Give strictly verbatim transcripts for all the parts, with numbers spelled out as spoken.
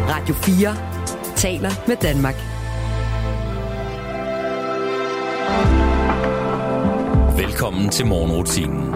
Radio fire taler med Danmark. Velkommen til morgenrutinen.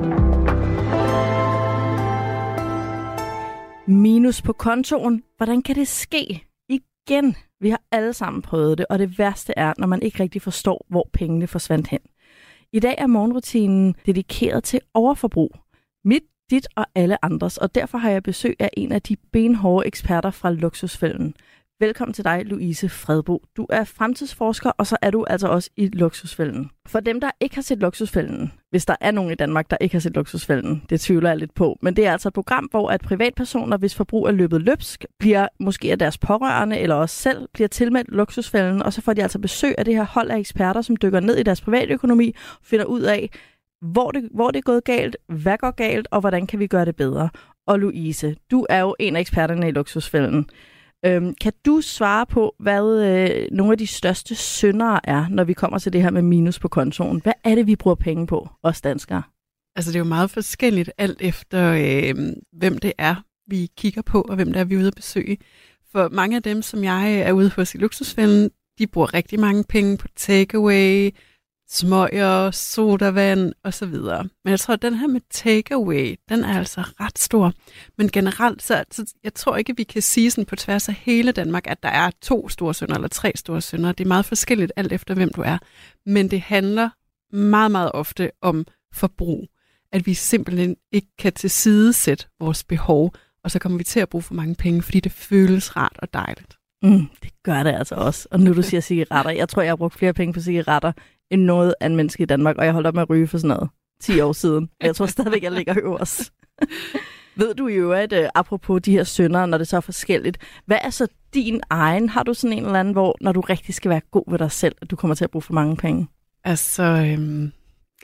Minus på kontoen. Hvordan kan det ske? Igen. Vi har alle sammen prøvet det, og det værste er, når man ikke rigtig forstår, hvor pengene forsvandt hen. I dag er morgenrutinen dedikeret til overforbrug. Mit, dit og alle andres, og derfor har jeg besøg af en af de benhårde eksperter fra Luksusfælden. Velkommen til dig, Louise Fredbo. Du er fremtidsforsker, og så er du altså også i Luksusfælden. For dem, der ikke har set Luksusfælden, hvis der er nogen i Danmark, der ikke har set Luksusfælden, det tvivler jeg lidt på, men det er altså et program, hvor at privatpersoner, hvis forbrug er løbet løbsk, bliver måske af deres pårørende eller også selv, bliver tilmeldt Luksusfælden, og så får de altså besøg af det her hold af eksperter, som dykker ned i deres privatøkonomi og finder ud af, hvor det, hvor det er gået galt, hvad går galt, og hvordan kan vi gøre det bedre. Og Louise, du er jo en af eksperterne i Luksusfælden. Øhm, kan du svare på, hvad øh, nogle af de største syndere er, når vi kommer til det her med minus på kontoen? Hvad er det, vi bruger penge på, os danskere? Altså, det er jo meget forskelligt, alt efter øh, hvem det er, vi kigger på, og hvem det er, vi er ude at besøge. For mange af dem, som jeg er ude hos i Luksusfælden, de bruger rigtig mange penge på takeaway, smøger, sodavand osv. Men jeg tror, at den her med takeaway, den er altså ret stor. Men generelt, så, så jeg tror ikke, at vi kan sige sådan på tværs af hele Danmark, at der er to store synder eller tre store synder. Det er meget forskelligt, alt efter hvem du er. Men det handler meget, meget ofte om forbrug. At vi simpelthen ikke kan tilsidesætte vores behov, og så kommer vi til at bruge for mange penge, fordi det føles rart og dejligt. Mm, det gør det altså også. Og nu du siger cigaretter, jeg tror, jeg har brugt flere penge på cigaretter, end noget af en menneske i Danmark, og jeg holdt op med at ryge for sådan noget ti år siden. Jeg tror stadigvæk, jeg ligger øverst. Ved du jo, at uh, apropos de her synder, når det så er forskelligt, hvad er så din egen? Har du sådan en eller anden, hvor når du rigtig skal være god ved dig selv, at du kommer til at bruge for mange penge? Altså, øhm...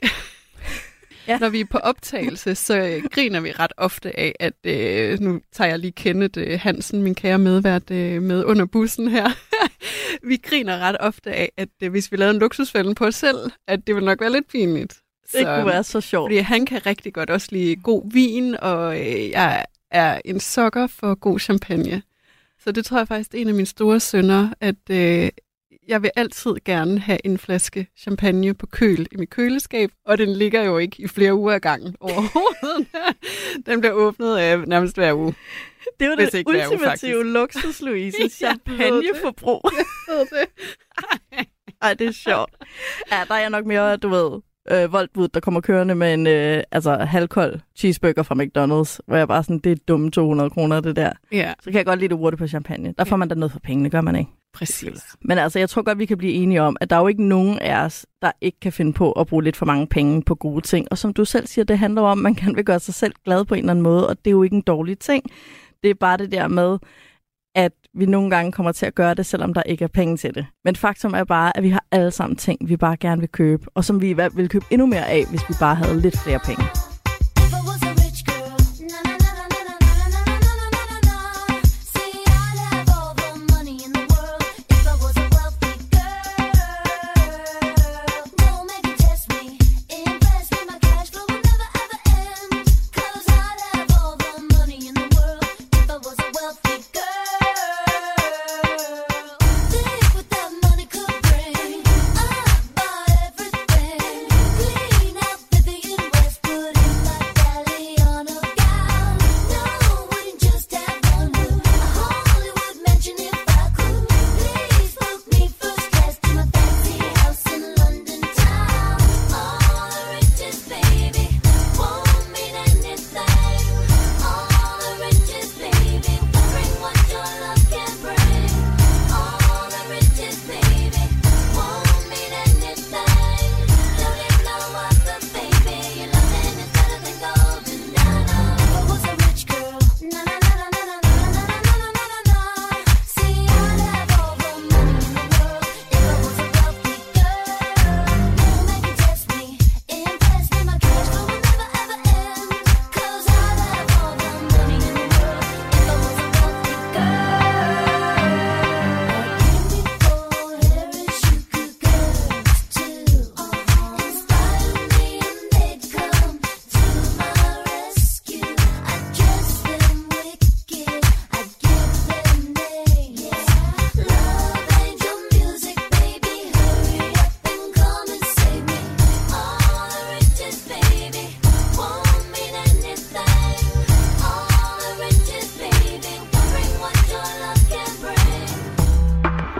ja. Når vi er på optagelse, så griner vi ret ofte af, at øh, nu tager jeg lige Kenneth øh, Hansen, min kære medvært, øh, med under bussen her. Vi griner ret ofte af, at øh, hvis vi lavede en Luksusfælden på os selv, at det ville nok være lidt pinligt. Så, det kunne være så sjovt. Fordi han kan rigtig godt også lide god vin, og øh, jeg er en sokker for god champagne. Så det tror jeg faktisk er en af mine store synder, at øh, jeg vil altid gerne have en flaske champagne på køl i mit køleskab, og den ligger jo ikke i flere uger ad gangen overhovedet. Den bliver åbnet af nærmest hver uge. Det er jo det ultimative luksus, Louise. Champagneforbrug. Ej, det er sjovt. Ja, der er jeg nok mere, du ved, øh, voldbud, der kommer kørende med en øh, altså, halvkold cheeseburger fra McDonald's, hvor jeg bare sådan, det er dumme to hundrede kroner, det der. Ja. Så kan jeg godt lide det urte på champagne. Der får man da noget for pengene, gør man ikke? Præcis. Men altså, jeg tror godt, vi kan blive enige om, at der er jo ikke nogen af os, der ikke kan finde på at bruge lidt for mange penge på gode ting. Og som du selv siger, det handler om, at man kan vil gøre sig selv glad på en eller anden måde, og det er jo ikke en dårlig ting. Det er bare det der med, at vi nogle gange kommer til at gøre det, selvom der ikke er penge til det. Men faktum er bare, at vi har alle sammen ting, vi bare gerne vil købe, og som vi vil købe endnu mere af, hvis vi bare havde lidt flere penge. Put it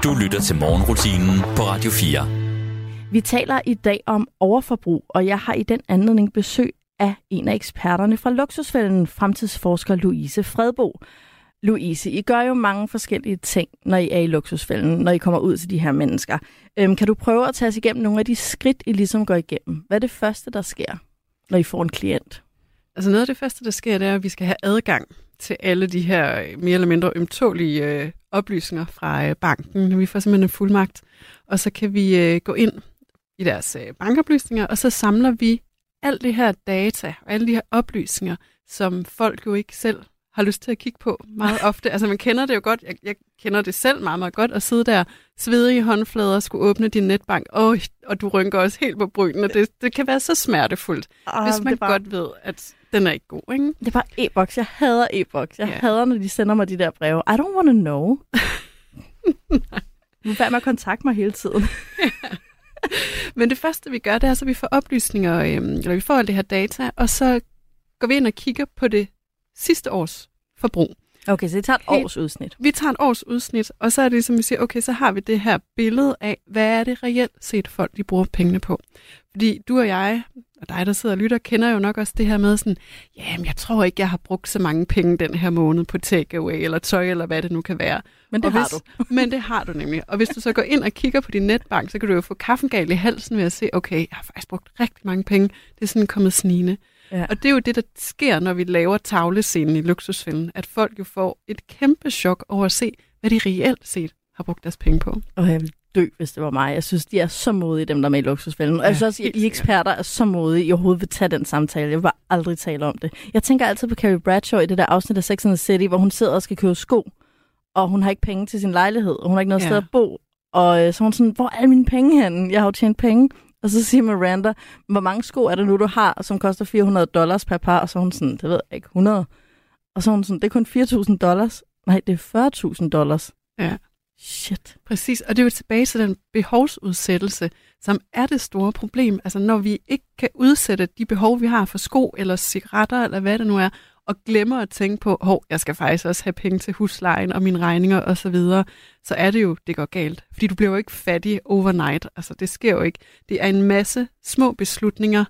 Du lytter til morgenrutinen på Radio fire. Vi taler i dag om overforbrug, og jeg har i den anledning besøg af en af eksperterne fra Luksusfælden, fremtidsforsker Louise Fredbo. Louise, I gør jo mange forskellige ting, når I er i Luksusfælden, når I kommer ud til de her mennesker. Øhm, kan du prøve at tage os igennem nogle af de skridt, I ligesom går igennem? Hvad er det første, der sker, når I får en klient? Altså noget af det første, der sker, det er, at vi skal have adgang til alle de her mere eller mindre ømtålige øh, oplysninger fra øh, banken. Vi får simpelthen en fuldmagt, og så kan vi øh, gå ind i deres øh, bankoplysninger, og så samler vi alt det her data og alle de her oplysninger, som folk jo ikke selv har lyst til at kigge på meget ofte. Altså man kender det jo godt, jeg, jeg kender det selv meget, meget godt, at sidde der svedige håndflader og skulle åbne din netbank, oh, og du rynker også helt på brynene. Det, det kan være så smertefuldt, uh, hvis man bare godt ved, at den er ikke god, ikke? Det er bare e-boks. Jeg hader e-boks. Jeg yeah. hader, når de sender mig de der breve. I don't want to know. Du er med at kontakte mig hele tiden. Men det første, vi gør, det er, så vi får oplysninger, øh, eller vi får alt det her data, og så går vi ind og kigger på det sidste års forbrug. Okay, så det tager et Helt, års udsnit. Vi tager et års udsnit, og så er det ligesom, vi siger, okay, så har vi det her billede af, hvad er det reelt set folk, de bruger pengene på. Fordi du og jeg, og dig, der sidder og lytter, kender jo nok også det her med sådan, jamen, jeg tror ikke, jeg har brugt så mange penge den her måned på takeaway, eller tøj, eller hvad det nu kan være. Men det og har hvis, du. Men det har du nemlig. Og hvis du så går ind og kigger på din netbank, så kan du jo få kaffen gal i halsen ved at se, okay, jeg har faktisk brugt rigtig mange penge. Det er sådan kommet snigende. Ja. Og det er jo det, der sker, når vi laver tavlescenen i Luksusfælden, at folk jo får et kæmpe chok over at se, hvad de reelt set har brugt deres penge på. Og jeg vil dø, hvis det var mig. Jeg synes, de er så modige, dem der er med i Luksusfælden. Og ja, jeg synes også, at I eksperter er så modige, I overhovedet vil tage den samtale. Jeg vil bare aldrig tale om det. Jeg tænker altid på Carrie Bradshaw i det der afsnit af Sex and the City, hvor hun sidder og skal købe sko, og hun har ikke penge til sin lejlighed, og hun har ikke noget ja. sted at bo. Og øh, så er hun sådan, hvor er alle mine penge henne? Jeg har jo tjent penge. Og så siger Miranda, hvor mange sko er det nu, du har, som koster fire hundrede dollars per par? Og så er hun sådan, det ved jeg ikke, hundrede. Og så er hun sådan, det er kun fire tusind dollars. Nej, det er fyrre tusind dollars. Ja. Shit. Præcis, og det er jo tilbage til den behovsudsættelse, som er det store problem. Altså når vi ikke kan udsætte de behov, vi har for sko eller cigaretter, eller hvad det nu er, og glemmer at tænke på, hov, jeg skal faktisk også have penge til huslejen og mine regninger osv., så, videre, så er det jo, det går galt. Fordi du bliver jo ikke fattig overnight. Altså det sker jo ikke. Det er en masse små beslutninger,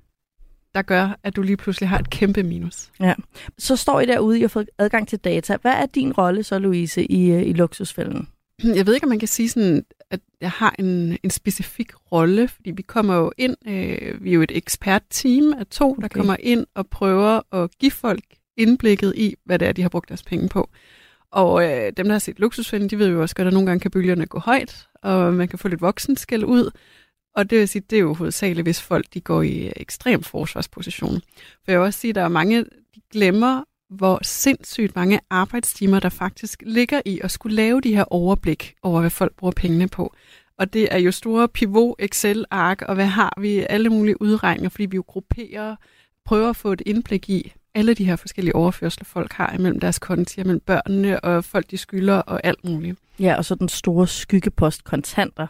der gør, at du lige pludselig har et kæmpe minus. Ja. Så står I derude, I har fået adgang til data. Hvad er din rolle så, Louise, i, i Luksusfælden? Jeg ved ikke, om man kan sige sådan, at jeg har en, en specifik rolle, fordi vi kommer jo ind, øh, vi er jo et ekspertteam af to, der okay. kommer ind og prøver at give folk indblikket i, hvad det er, de har brugt deres penge på. Og øh, dem, der har set Luksusfælden, de ved jo også godt, at nogle gange kan bølgerne gå højt, og man kan få lidt voksenskæld ud. Og det vil sige, det er jo hovedsageligt, hvis folk de går i ekstrem forsvarsposition. For jeg vil også sige, at der er mange, de glemmer, hvor sindssygt mange arbejdstimer, der faktisk ligger i at skulle lave de her overblik over, hvad folk bruger pengene på. Og det er jo store pivot, Excel-ark, og hvad har vi? Alle mulige udregninger, fordi vi jo grupperer, prøver at få et indblik i alle de her forskellige overførsler, folk har imellem deres konti, mellem børnene og folk, de skylder og alt muligt. Ja, og så den store skyggepost kontanter.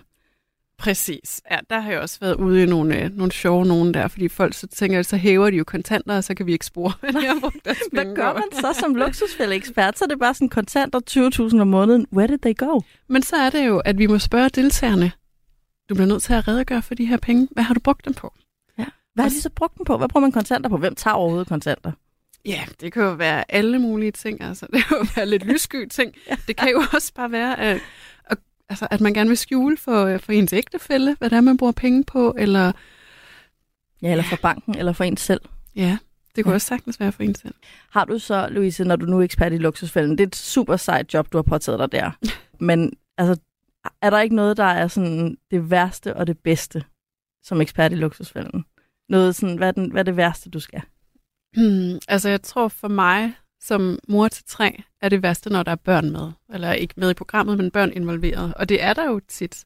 Præcis. Ja, der har jeg også været ude i nogle, øh, nogle sjove nogen der, fordi folk så tænker, så hæver de jo kontanter, og så kan vi ikke spore, hvad de har brugt deres penge. Hvad gør man så som Luksusfælde-ekspert? Så er det bare sådan kontanter tyve tusind om måneden. Where did they go? Men så er det jo, at vi må spørge deltagerne. Du bliver nødt til at redegøre for de her penge. Hvad har du brugt dem på? Ja. Hvad har de så brugt dem på? Hvad bruger man kontanter på? Hvem tager overhovedet kontanter? Ja, det kan jo være alle mulige ting. Altså, det kan jo være lidt lyssky ting. Ja. Det kan jo også bare være, at, at, altså, at man gerne vil skjule for, for ens ægtefælle, hvad det er, man bruger penge på, eller... Ja, eller for banken, eller for ens selv. Ja, det kunne ja. også sagtens være for ens selv. Har du så, Louise, når du nu er ekspert i Luksusfælden, det er et super sejt job, du har påtaget dig der. Men altså, er der ikke noget, der er sådan det værste og det bedste som ekspert i Luksusfælden? Noget sådan, hvad er, den, hvad er det værste, du skal? Hmm, altså, jeg tror for mig, som mor til tre, er det værste, når der er børn med. Eller ikke med i programmet, men børn involveret. Og det er der jo tit.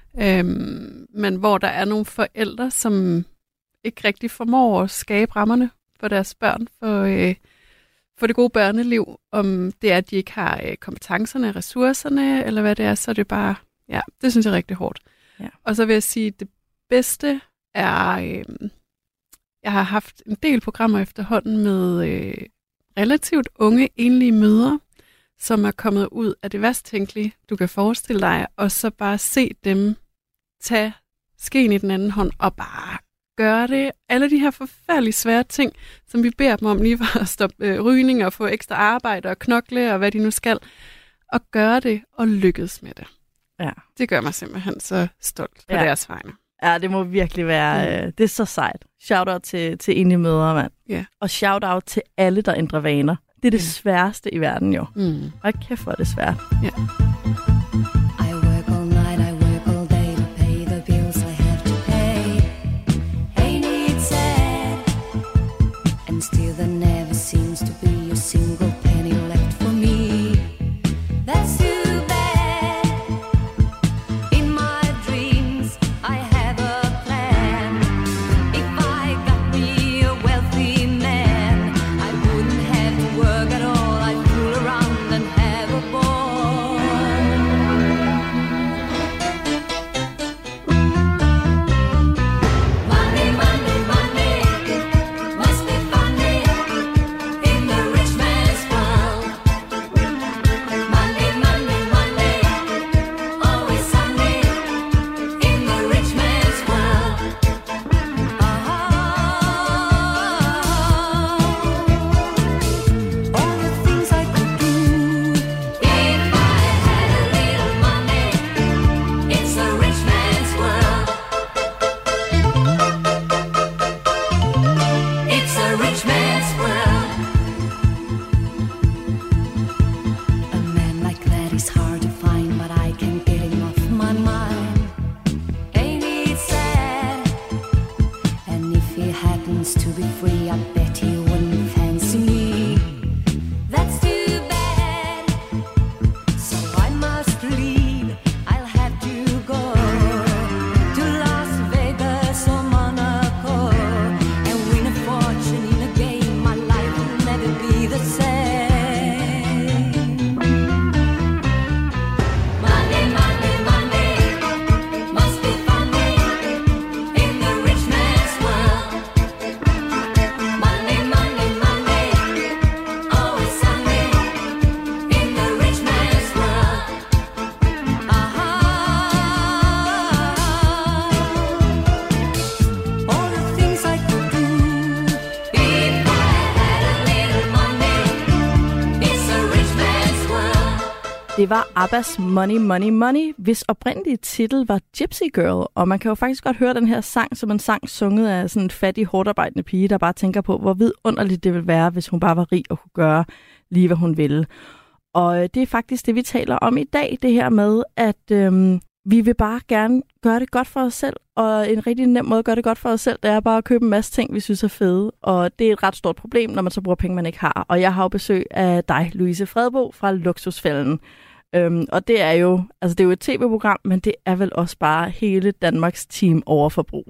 Øhm, men hvor der er nogle forældre, som ikke rigtig formår at skabe rammerne for deres børn, for, øh, for det gode børneliv. Om det er, at de ikke har øh, kompetencerne, ressourcerne, eller hvad det er, så er det bare, ja, det synes jeg er rigtig hårdt. Ja. Og så vil jeg sige, at det bedste er, øh, jeg har haft en del programmer efterhånden med øh, relativt unge enlige mødre, som er kommet ud af det værst tænkelige, du kan forestille dig, og så bare se dem tage skeen i den anden hånd og bare gøre det. Alle de her forfærdeligt svære ting, som vi beder dem om lige for at stoppe øh, rygning og få ekstra arbejde og knokle og hvad de nu skal, og gøre det og lykkes med det. Ja. Det gør mig simpelthen så stolt på ja. deres vegne. Ja, det må virkelig være, mm. øh, det er så sejt. Shout-out til, til enlige mødre, mand. Yeah. Og shout-out til alle, der ændrer vaner. Det er det yeah. sværeste i verden, jo. Mm. Og kæft, hvor er det svært. Yeah. I work all night, I work all day to pay the bills I have to pay. Ain't it sad? And still there never seems to be a single penny left for me. That's too bad. In my dreams, I have a plan. If I got me a wealthy man, I wouldn't have to work at all. I'd fool around and have a ball. Money, money, money, must be funny in the rich man's world. Money, money, money, always sunny in the rich man's world. All the things I could do if I had a little money. It's a rich man's world. It's a rich man's world. A man like that is hard to find, but I can't get him off my mind. Ain't it sad? And if he happens to be free, I bet he wouldn't fancy me. That's too bad. So I must leave. I'll have to go to Las Vegas or Monaco and win a fortune in a game. My life will never be the same. Money, money, money, must be funny in the rich man's world. Money, money, money, always sunny in the rich man's world. All the things I could do if I had a little money. It's a rich man's world. Det var Abbas Money, Money, Money, hvis oprindelige titel var Gypsy Girl. Og man kan jo faktisk godt høre den her sang som en sang sunget af sådan en fattig, hårdarbejdende pige, der bare tænker på, hvor vidunderligt det ville være, hvis hun bare var rig og kunne gøre lige, hvad hun ville. Og øh, det er faktisk det, vi taler om i dag, det her med, at øhm, vi vil bare gerne gøre det godt for os selv. Og en rigtig nem måde at gøre det godt for os selv, det er bare at købe en masse ting, vi synes er fede. Og det er et ret stort problem, når man så bruger penge, man ikke har. Og jeg har jo besøg af dig, Louise Fredbo fra Luksusfælden. Øhm, og det er jo, altså det er jo et tv-program, men det er vel også bare hele Danmarks team overforbrug.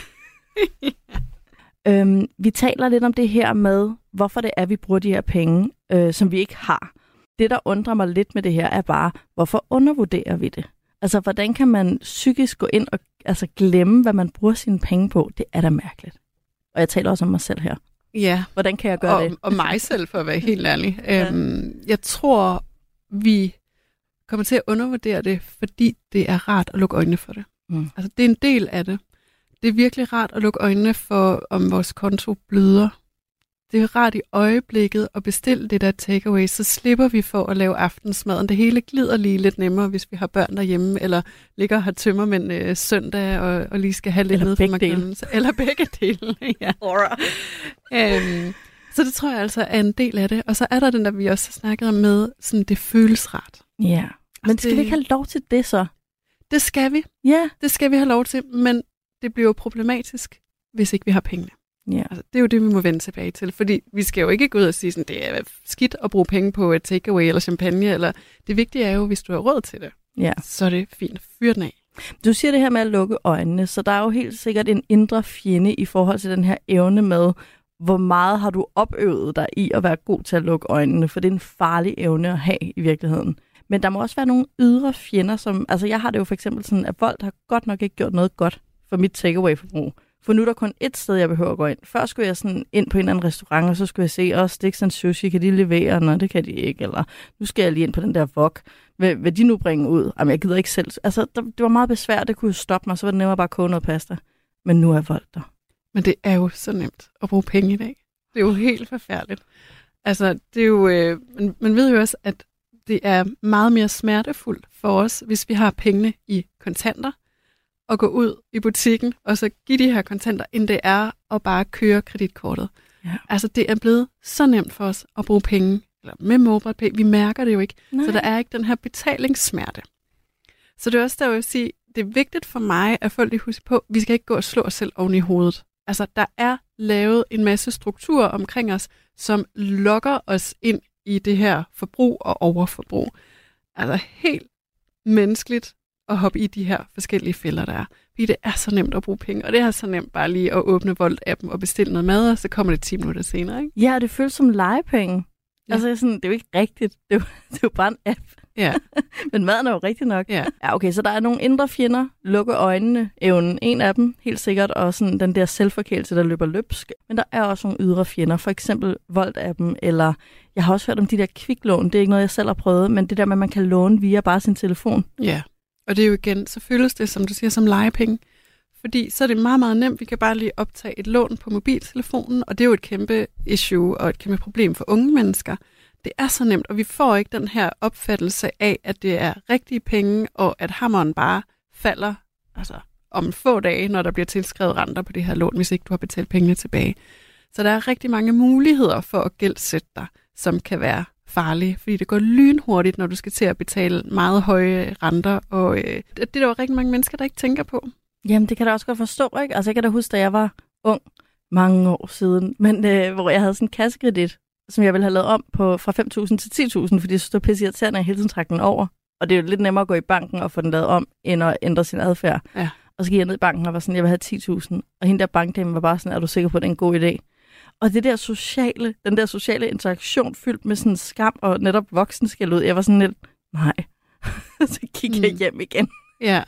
øhm, vi taler lidt om det her med, hvorfor det er, vi bruger de her penge, øh, som vi ikke har. Det, der undrer mig lidt med det her, er bare, hvorfor undervurderer vi det? Altså, hvordan kan man psykisk gå ind og altså, glemme, hvad man bruger sine penge på? Det er da mærkeligt. Og jeg taler også om mig selv her. Ja. Hvordan kan jeg gøre og, det? Og mig selv, for at være helt ærlig. Ja. øhm, jeg tror, vi kommer til at undervurdere det, fordi det er rart at lukke øjnene for det. Mm. Altså, det er en del af det. Det er virkelig rart at lukke øjnene for, om vores konto bløder. Det er rart i øjeblikket at bestille det der takeaway, så slipper vi for at lave aftensmaden. Det hele glider lige lidt nemmere, hvis vi har børn derhjemme, eller ligger og har tømmermænd øh, søndag, og, og lige skal have lidt ned fra McDonald's. Eller begge dele. Ja. øhm, så det tror jeg altså er en del af det. Og så er der den, der vi også har snakket om med, sådan det føles rart. Ja, men skal det, vi ikke have lov til det så? Det skal vi. Ja. Det skal vi have lov til, men det bliver jo problematisk, hvis ikke vi har pengene. Ja. Altså, det er jo det, vi må vende tilbage til, fordi vi skal jo ikke gå ud og sige, sådan, det er skidt at bruge penge på et takeaway eller champagne, eller det vigtige er jo, hvis du har råd til det, Ja. så er det fint. Fyr den af. Du siger det her med at lukke øjnene, så der er jo helt sikkert en indre fjende i forhold til den her evne med, hvor meget har du opøvet dig i at være god til at lukke øjnene, for det er en farlig evne at have i virkeligheden. Men der må også være nogle ydre fjender, som, altså jeg har det jo for eksempel sådan, at Volt har godt nok ikke gjort noget godt for mit takeaway-forbrug. For nu er der kun ét sted, jeg behøver at gå ind. Før skulle jeg sådan ind på en eller anden restaurant, og så skulle jeg se, også Stix and Sushi, kan de levere? Nå, det kan de ikke. Eller nu skal jeg lige ind på den der Vog. Hvad vil de nu bringe ud? Jamen, jeg gider ikke selv. Altså, der, det var meget besvært, det kunne stoppe mig, så var det nemmere bare at koge noget pasta. Men nu er jeg voldt der. Men det er jo så nemt at bruge penge i dag. Det er jo helt forfærdeligt. Altså, det er jo, øh, man, man ved jo også, at det er meget mere smertefuldt for os, hvis vi har pengene i kontanter, og gå ud i butikken, og så give de her kontanter, end det er at bare køre kreditkortet. Ja. Altså, det er blevet så nemt for os at bruge penge, eller med MobilePay. Vi mærker det jo ikke, Nej. Så der er ikke den her betalingssmerte. Så det er også der, jeg vil sige, det er vigtigt for mig, at folk lige husker på, at vi skal ikke gå og slå os selv oven i hovedet. Altså, der er lavet en masse strukturer omkring os, som lokker os ind i det her forbrug og overforbrug. Altså, helt menneskeligt at hoppe i de her forskellige fælder, der er. Fordi det er så nemt at bruge penge, og det er så nemt bare lige at åbne Volt-appen og bestille noget mad, og så kommer det ti minutter senere, ikke? Ja, det føles som legepenge. Ja. Altså, sådan, det er jo ikke rigtigt. Det er jo, det er jo bare en app. Ja. Men maden er jo rigtig nok. Ja. Ja, okay, så der er nogle indre fjender. Lukke øjnene, evnen. En af dem, helt sikkert, og sådan den der selvforkælelse, der løber løbsk. Men der er også nogle ydre fjender. For eksempel Volt-appen, eller jeg har også hørt om de der kviklån. Det er ikke noget, jeg selv har prøvet, men det der med, at man kan låne via bare sin telefon. Ja, og det er jo igen, så føles det, som du siger, som legepenge. Fordi så er det meget, meget nemt. Vi kan bare lige optage et lån på mobiltelefonen, og det er jo et kæmpe issue og et kæmpe problem for unge mennesker. Det er så nemt, og vi får ikke den her opfattelse af, at det er rigtige penge, og at hammeren bare falder altså, om få dage, når der bliver tilskrevet renter på det her lån, hvis ikke du har betalt pengene tilbage. Så der er rigtig mange muligheder for at gældsætte dig, som kan være farlige, fordi det går lynhurtigt, når du skal til at betale meget høje renter, og øh, det er der jo rigtig mange mennesker, der ikke tænker på. Jamen, det kan jeg da også godt forstå, ikke? Altså, jeg kan da huske, da jeg var ung, mange år siden, men øh, hvor jeg havde sådan en kassekredit, som jeg ville have lavet om på fra fem tusind til ti tusind, fordi jeg synes, det var pisse irriterende, at jeg hele tiden trak den over. Og det er jo lidt nemmere at gå i banken og få den lavet om, end at ændre sin adfærd. Ja. Og så gik jeg ned i banken og var sådan, jeg vil have ti tusind. Og hende der bankdame var bare sådan, er du sikker på, at det er en god idé? Og det der sociale, den der sociale interaktion fyldt med sådan skam og netop voksenskæld ud, jeg var sådan lidt, nej. Så gik jeg hjem igen. Ja.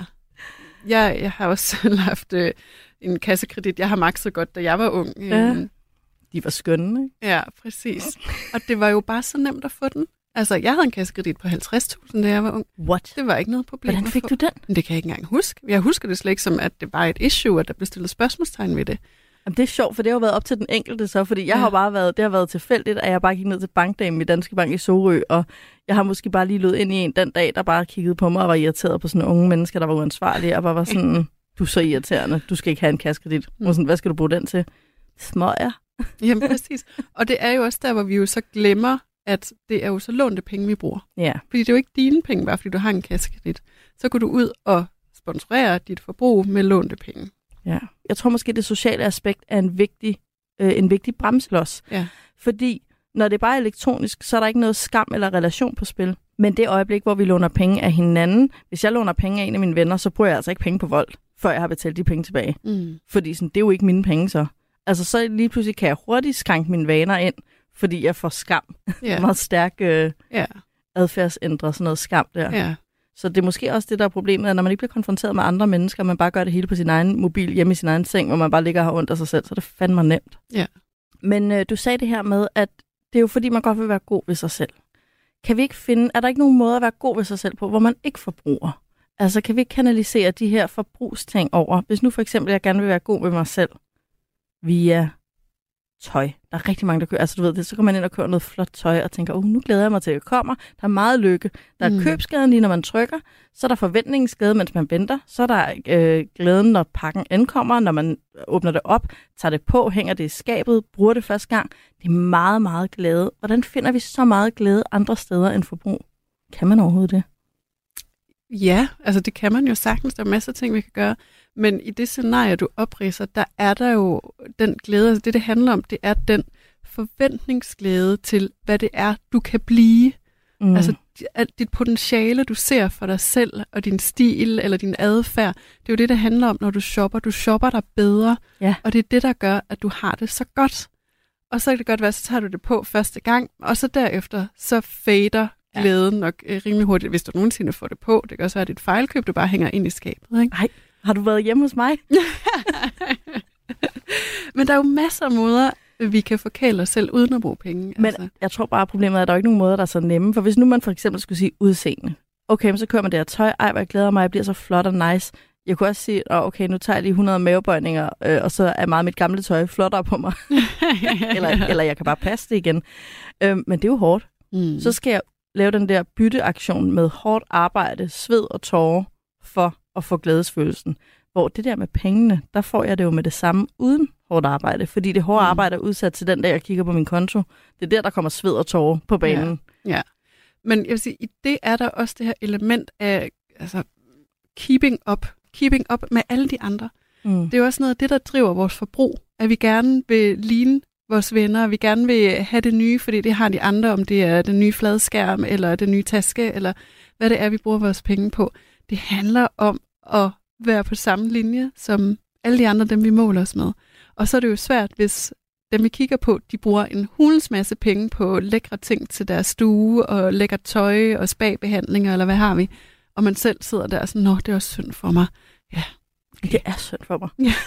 Jeg, jeg har også selv haft øh, en kassekredit, jeg har makset godt, da jeg var ung. Ja. De var skønne, ikke? Ja, præcis. Og det var jo bare så nemt at få den. Altså, jeg havde en kassekredit på halvtreds tusind, da jeg var ung. What? Det var ikke noget problem. Hvordan fik du den? Men det kan jeg ikke engang huske. Jeg husker det slet ikke som, at det var et issue, at der blev stillet spørgsmålstegn ved det. Jamen, det er sjovt, for det har jo været op til den enkelte så, fordi jeg ja. har bare været, det har været tilfældigt, at jeg bare gik ned til bankdamen i Danske Bank i Sorø, og jeg har måske bare lige lød ind i en den dag, der bare kiggede på mig og var irriteret på sådan unge mennesker, der var uansvarlige, og bare var sådan, du er så irriterende, du skal ikke have en kassekredit. Og sådan, hvad skal du bruge den til? Smøger. Jamen præcis. Og det er jo også der, hvor vi jo så glemmer, at det er jo så lånte penge, vi bruger. Ja. Fordi det er jo ikke dine penge, bare fordi du har en kassekredit. Så går du ud og sponsorere dit forbrug med lånte penge. Ja. Jeg tror måske, det sociale aspekt er en vigtig, øh, en vigtig bremselos. Ja. Fordi når det er bare elektronisk, så er der ikke noget skam eller relation på spil. Men det øjeblik, hvor vi låner penge af hinanden, hvis jeg låner penge af en af mine venner, så bruger jeg altså ikke penge på Volt, før jeg har betalt de penge tilbage. Mm. Fordi sådan, det er jo ikke mine penge så. Altså så lige pludselig kan jeg hurtigt skrænke mine vaner ind, fordi jeg får skam. Yeah. Meget stærk øh, yeah. adfærdsændre, sådan noget skam der. Yeah. Så det er måske også det, der er problemet, at når man ikke bliver konfronteret med andre mennesker, man bare gør det hele på sin egen mobil, hjemme i sin egen seng, hvor man bare ligger og har ondt af sig selv, så det fandme nemt. Yeah. Men øh, du sagde det her med, at det er jo fordi, man godt vil være god ved sig selv. Kan vi ikke finde, er der ikke nogen måde at være god ved sig selv på, hvor man ikke forbruger? Altså kan vi ikke kanalisere de her forbrugsting over? Hvis nu for eksempel, jeg gerne vil være god ved mig selv, via tøj. Der er rigtig mange, der køber. Altså du ved det, så kommer man ind og køber noget flot tøj og tænker, oh, nu glæder jeg mig til, at det kommer. Der er meget lykke. Der er mm. købsglæden lige, når man trykker. Så er der forventningsglæde, mens man venter. Så er der øh, glæden, når pakken ankommer, når man åbner det op, tager det på, hænger det i skabet, bruger det første gang. Det er meget, meget glæde. Hvordan finder vi så meget glæde andre steder end forbrug? Kan man overhovedet det? Ja, altså det kan man jo sagtens. Der er masser af ting, vi kan gøre. Men i det scenarie, du opridser, der er der jo den glæde, altså det, det handler om, det er den forventningsglæde til, hvad det er, du kan blive. Mm. Altså dit potentiale, du ser for dig selv, og din stil, eller din adfærd, det er jo det, det handler om, når du shopper. Du shopper dig bedre, ja. Og det er det, der gør, at du har det så godt. Og så kan det godt være, så tager du det på første gang, og så derefter, så fader glæden nok øh, rimelig hurtigt, hvis du nogensinde får det på. Det kan også være, at det er et fejlkøb, du bare hænger ind i skabet, ikke? Nej. Har du været hjemme hos mig? Men der er jo masser af måder, vi kan forkæle os selv uden at bruge penge. Men altså. Jeg tror bare, problemet er, at der er ikke nogen måder, der er så nemme. For hvis nu man for eksempel skulle sige udseende. Okay, men så kører man det her tøj. Ej, hvor jeg glæder mig, jeg bliver så flot og nice. Jeg kunne også sige, oh, okay, nu tager jeg lige hundrede mavebøjninger, øh, og så er meget af mit gamle tøj flottere på mig. eller, eller jeg kan bare passe det igen. Øh, men det er jo hårdt. Mm. Så skal jeg lave den der bytteaktion med hårdt arbejde, sved og tårer for at få glædesfølelsen. Hvor det der med pengene, der får jeg det jo med det samme uden hårdt arbejde. Fordi det hårde mm. arbejde er udsat til den dag, jeg kigger på min konto. Det er der, der kommer sved og tårer på banen. Ja. ja. Men jeg vil sige, i det er der også det her element af altså, keeping up. Keeping up med alle de andre. Mm. Det er jo også noget af det, der driver vores forbrug. At vi gerne vil ligne vores venner, vi gerne vil have det nye, fordi det har de andre, om det er den nye fladskærm, eller den nye taske, eller hvad det er, vi bruger vores penge på. Det handler om at være på samme linje, som alle de andre, dem vi måler os med. Og så er det jo svært, hvis dem vi kigger på, de bruger en hulens masse penge på lækre ting til deres stue, og lækkert tøj, og spa-behandlinger, eller hvad har vi, og man selv sidder der sådan, nå, det er også synd for mig. Ja, okay. Det er synd for mig.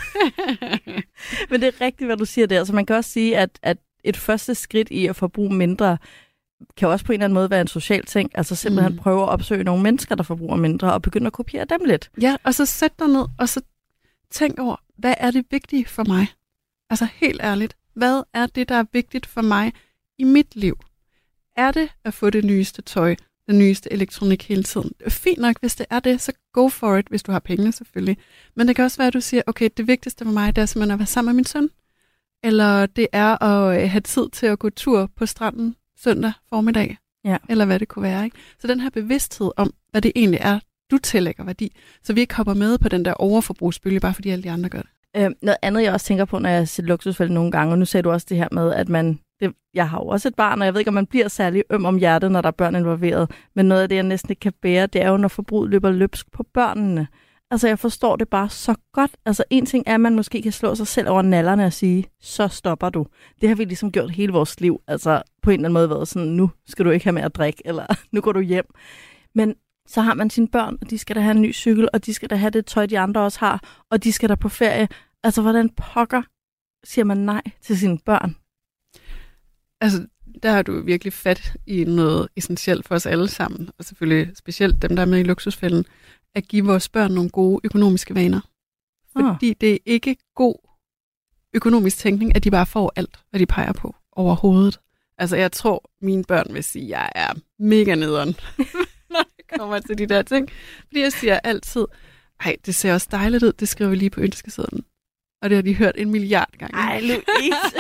Men det er rigtigt, hvad du siger der. Så man kan også sige, at, at et første skridt i at forbruge mindre, kan også på en eller anden måde være en social ting. Altså simpelthen mm. prøve at opsøge nogle mennesker, der forbruger mindre, og begynde at kopiere dem lidt. Ja, og så sæt dig ned, og så tænk over, hvad er det vigtige for mig? Altså helt ærligt, hvad er det, der er vigtigt for mig i mit liv? Er det at få det nyeste tøj, den nyeste elektronik hele tiden? Det er fint nok, hvis det er det, så go for it, hvis du har penge selvfølgelig. Men det kan også være, at du siger, okay, det vigtigste for mig, det er simpelthen at være sammen med min søn. Eller det er at have tid til at gå tur på stranden søndag formiddag. Ja. Eller hvad det kunne være. Ikke? Så den her bevidsthed om, hvad det egentlig er, du tillægger værdi, så vi ikke hopper med på den der overforbrugsbølge, bare fordi alle de andre gør det. Øh, noget andet, jeg også tænker på, når jeg ser luksusfælde nogle gange, og nu sagde du også det her med, at man, det, jeg har jo også et barn, og jeg ved ikke, om man bliver særlig øm om hjertet, når der er børn involveret, men noget af det, jeg næsten ikke kan bære, det er jo, når forbruget løber løbsk på børnene. Altså, jeg forstår det bare så godt. Altså, en ting er, at man måske kan slå sig selv over nallerne og sige, så stopper du. Det har vi ligesom gjort hele vores liv. Altså, på en eller anden måde været sådan, nu skal du ikke have mere at drikke, eller nu går du hjem. Men så har man sine børn, og de skal da have en ny cykel, og de skal da have det tøj, de andre også har, og de skal da på ferie. Altså, hvordan pokker siger man nej til sine børn? Altså, der har du virkelig fat i noget essentielt for os alle sammen, og selvfølgelig specielt dem, der er med i luksusfælden, at give vores børn nogle gode økonomiske vaner. Fordi ah. det er ikke god økonomisk tænkning, at de bare får alt, hvad de peger på overhovedet. Altså, jeg tror, mine børn vil sige, at jeg er mega nederen, når det kommer til de der ting. Fordi jeg siger altid, ej, det ser også dejligt ud, det skriver vi lige på ønskesedlen. Og det har de hørt en milliard gange. Ej, Louise.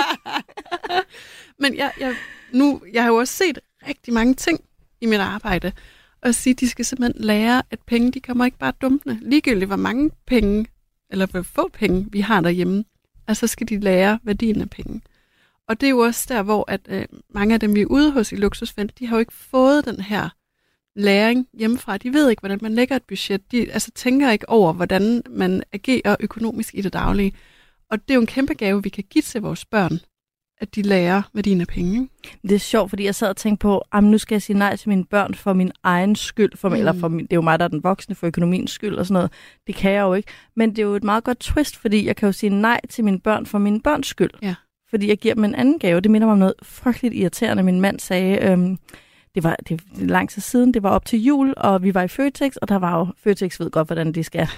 Men jeg, jeg, nu, jeg har jo også set rigtig mange ting i mit arbejde, og sige, at de skal simpelthen lære, at penge, de kommer ikke bare dumpende. Ligegyldigt, hvor mange penge, eller hvor få penge, vi har derhjemme, altså skal de lære værdien af penge. Og det er jo også der, hvor at, øh, mange af dem, vi er ude hos i luksusfælden, de har jo ikke fået den her læring hjemmefra. De ved ikke, hvordan man lægger et budget. De altså, tænker ikke over, hvordan man agerer økonomisk i det daglige. Og det er jo en kæmpe gave, vi kan give til vores børn, at de lærer værdien af penge. Det er sjovt, fordi jeg sad og tænkte på, at nu skal jeg sige nej til mine børn for min egen skyld. For, mm. eller for min, det er jo mig, der er den voksne, for økonomiens skyld og sådan noget. Det kan jeg jo ikke. Men det er jo et meget godt twist, fordi jeg kan jo sige nej til mine børn for mine børns skyld. Ja. Fordi jeg giver dem en anden gave. Det minder mig om noget frygteligt irriterende. Min mand sagde, øhm, det var det, det er lang tid siden, det var op til jul, og vi var i Føtex, og der var jo, Føtex ved godt, hvordan de skal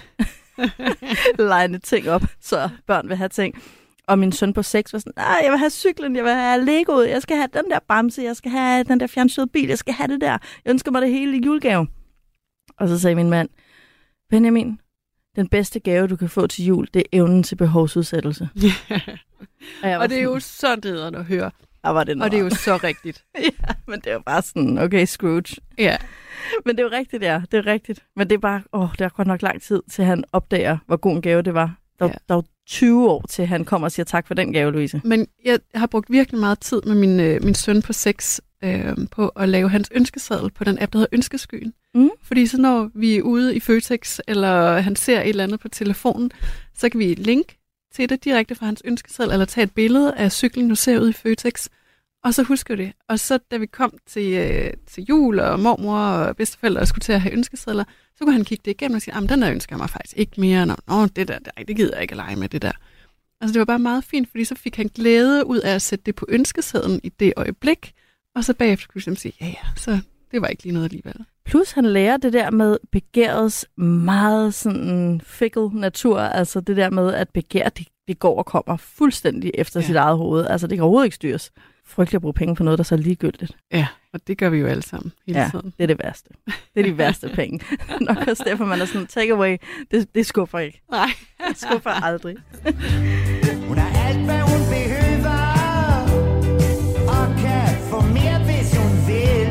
line ting op, så børn vil have ting. Og min søn på seks var sådan, nej, jeg vil have cyklen, jeg vil have Legoet, jeg skal have den der bamse, jeg skal have den der fjernstyrede bil, jeg skal have det der. Jeg ønsker mig det hele i julegave. Og så sagde min mand, Benjamin, den bedste gave, du kan få til jul, det er evnen til behovsudsættelse. Yeah. Og, og det er jo så nederen at høre. Var det og det er jo så rigtigt. Ja, men det er jo bare sådan, okay, Scrooge. Ja. Men det er jo rigtigt, ja. Det er rigtigt. Men det er bare, åh, det er godt nok lang tid, til han opdager, hvor god en gave det var. Der, ja. der er tyve år til, han kommer og siger tak for den gave, Louise. Men jeg har brugt virkelig meget tid med min, øh, min søn på seks øh, på at lave hans ønskeseddel på den app, der hedder Ønskeskyen. Mm. Fordi så når vi er ude i Føtex, eller han ser et eller andet på telefonen, så kan vi linke til det direkte fra hans ønskeseddel, eller tage et billede af cyklen, du ser ude i Føtex, og så husker det. Og så da vi kom til, øh, til jul, og mormor og bedsteforældre og skulle til at have ønskesedler, så kunne han kigge det igennem og sige, at den der ønsker jeg mig faktisk ikke mere. Nå, Nå det der, det, det gider jeg ikke at lege med, det der. Altså det var bare meget fint, fordi så fik han glæde ud af at sætte det på ønskesedlen i det øjeblik, og så bagefter kunne han sige, ja ja, så det var ikke lige noget alligevel. Plus han lærer det der med begærets meget sådan fickle natur, altså det der med, at begær, det, det går og kommer fuldstændig efter ja. sit eget hoved. Altså det kan overhovedet ikke styres. Frygteligt at bruge penge på noget, der så er ligegyldigt. Ja, og det gør vi jo alle sammen hele ja, tiden. det er det værste. Det er de værste penge. Nok også derfor, man er sådan, take away, det, det skuffer ikke. Nej. Det skuffer aldrig. Hun har alt, hvad hun behøver, og kan få mere, hvis hun vil.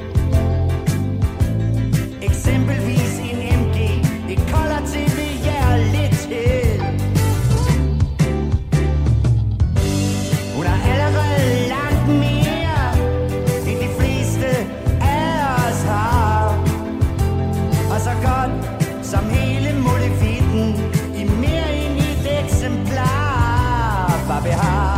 Eksempelvis en M G, et color T V, ja, og lidt til. Hun har allerede langt mere, end de fleste af os har. Og så godt som hele molevitten, i mere end et eksemplar, hvad vi har.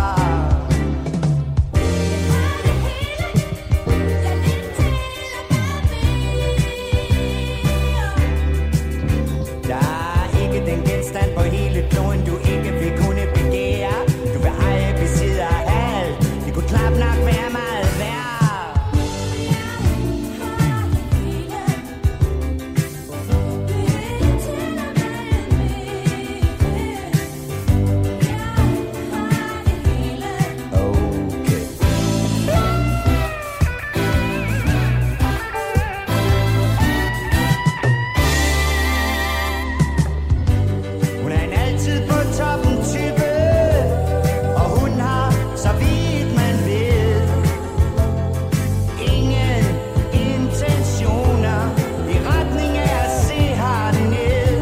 Der er ikke den genstand på hele kloden, du ikke vil kunne begære. Du vil eje, besidde og have alt. Det kunne knap nok være meget værd. Okay. Hun er en altid på toppen type, og hun har, så vidt man ved, ingen intentioner i retning af at se herned.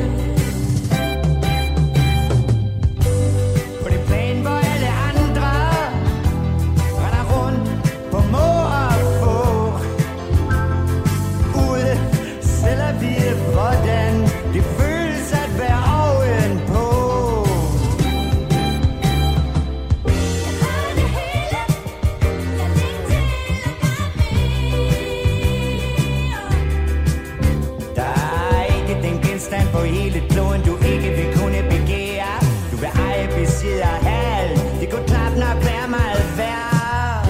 På det plan, hvor alle andre render rundt på må og få, ude selv at vide, hvordan det føles at være ovenpå. Der er ikke den genstand på hele kloden, du ikke vil kunne begære. Du vil eje, besidde og have alt. Det kunne knap nok være meget værd.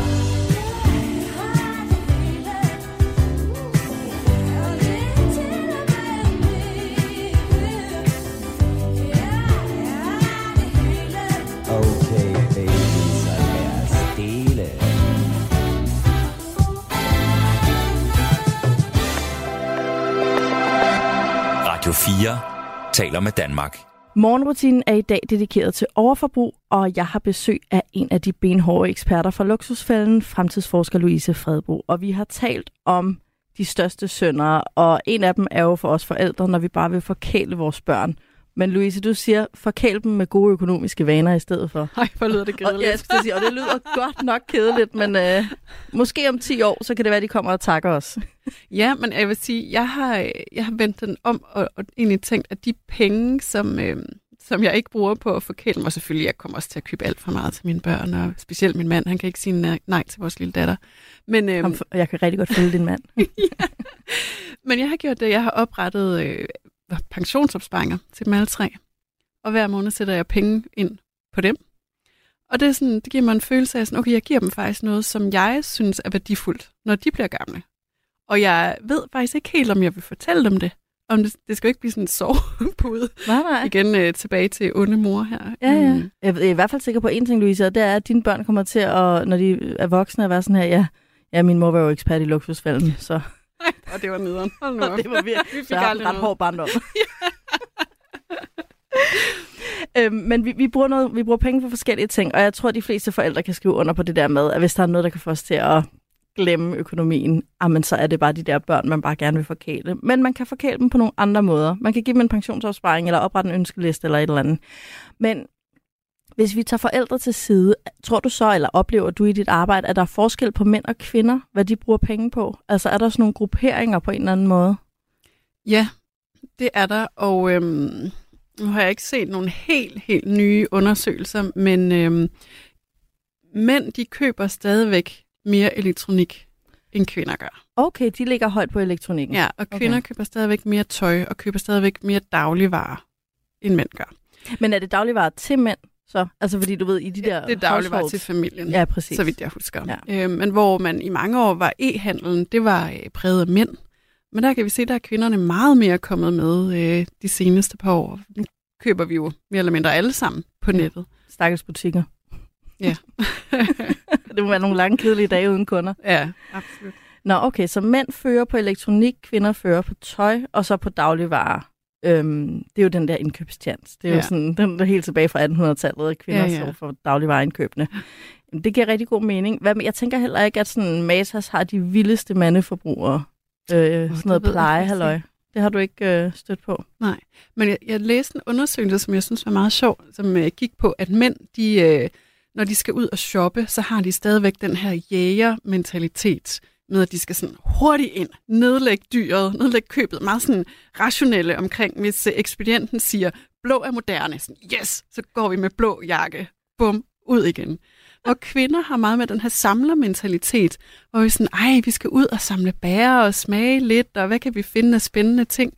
Okay, baby, så lad os dele. Radio fire taler med Danmark. Morgenrutinen er i dag dedikeret til overforbrug, og jeg har besøg af en af de benhårde eksperter fra Luksusfælden, fremtidsforsker Louise Fredbo. Og vi har talt om de største syndere, og en af dem er jo for os forældre, når vi bare vil forkæle vores børn. Men Louise, du siger, forkæl dem med gode økonomiske vaner i stedet for. Ej, hvor lyder det Og, kedeligt. ja, jeg skulle sige, og det lyder godt nok kedeligt, men øh, måske om ti år, så kan det være, at de kommer og takker os. Ja, men jeg vil sige, jeg har, jeg har vendt den om og, og egentlig tænkt, at de penge, som, øh, som jeg ikke bruger på at forkæle mig, selvfølgelig, jeg kommer også til at købe alt for meget til mine børn, og specielt min mand, han kan ikke sige nej, nej til vores lille datter. Men, øh, Kom, jeg kan rigtig godt følge din mand. ja. Men jeg har gjort det, jeg har oprettet øh, pensionsopsparinger til dem alle tre. Og hver måned sætter jeg penge ind på dem. Og det, er sådan, det giver mig en følelse af, sådan, okay, jeg giver dem faktisk noget, som jeg synes er værdifuldt, når de bliver gamle. Og jeg ved faktisk ikke helt, om jeg vil fortælle dem det. Om det, det skal jo ikke blive sådan en sovepude. Nej, nej. Igen øh, tilbage til onde mor her. Ja, ja. Mm. Jeg er i hvert fald sikker på en ting, Louise, og det er, at dine børn kommer til at, når de er voksne, at være sådan her, ja, ja min mor var jo ekspert i Luksusfælden, så... Og det var nederen. Hold nu op. det var virkelig, vi fik så jeg har aldrig ret noget. hård barndom. øhm, men vi, vi, bruger noget, vi bruger penge for forskellige ting, og jeg tror, at de fleste forældre kan skrive under på det der med, at hvis der er noget, der kan få os til at glemme økonomien, jamen, så er det bare de der børn, man bare gerne vil forkæle. Men man kan forkæle dem på nogle andre måder. Man kan give dem en pensionsopsparing, eller oprette en ønskeliste, eller et eller andet. Men hvis vi tager forældre til side, tror du så, eller oplever du i dit arbejde, at der er forskel på mænd og kvinder, hvad de bruger penge på? Altså er der sådan nogle grupperinger på en eller anden måde? Ja, det er der, og øhm, nu har jeg ikke set nogle helt, helt nye undersøgelser, men øhm, mænd, de køber stadigvæk mere elektronik, end kvinder gør. Okay, de ligger højt på elektronikken. Ja, og kvinder okay. køber stadigvæk mere tøj, og køber stadigvæk mere dagligvarer, end mænd gør. Men er det dagligvarer til mænd, Så, altså fordi du ved, i de der Det er dagligvarer households- til familien, Ja, præcis. så vidt jeg husker. Ja. Øh, men hvor man i mange år var e-handlen, det var øh, præget af mænd. Men der kan vi se, der er kvinderne meget mere kommet med øh, de seneste par år. Nu køber vi jo mere eller mindre alle sammen på nettet. Stakkels butikker. Ja. Det må være nogle lange, kedelige dage uden kunder. Ja, absolut. Nå, okay, så mænd fører på elektronik, kvinder fører på tøj, og så på dagligvarer. Øhm, det er jo den der indkøbstjans. Det er ja. jo sådan, den der helt tilbage fra attenhundredetallet, at kvinder ja, ja. står for dagligvareindkøbene. Det giver rigtig god mening. Hvad, jeg tænker heller ikke, at sådan Matas har de vildeste mandeforbrugere. Øh, oh, sådan noget plejehalløj. Det har du ikke øh, stødt på? Nej, men jeg, jeg læste en undersøgelse, som jeg synes var meget sjov, som øh, gik på, at mænd, de, øh, når de skal ud og shoppe, så har de stadigvæk den her jægermentalitet med, at de skal sådan hurtigt ind, nedlægge dyret, nedlægge købet, meget sådan rationelle omkring, hvis øh, ekspedienten siger, blå er moderne, sådan, yes, så går vi med blå jakke, bum, ud igen. Og kvinder har meget med den her samlermentalitet, hvor vi sådan, ej, vi skal ud og samle bær og smage lidt, og hvad kan vi finde af spændende ting?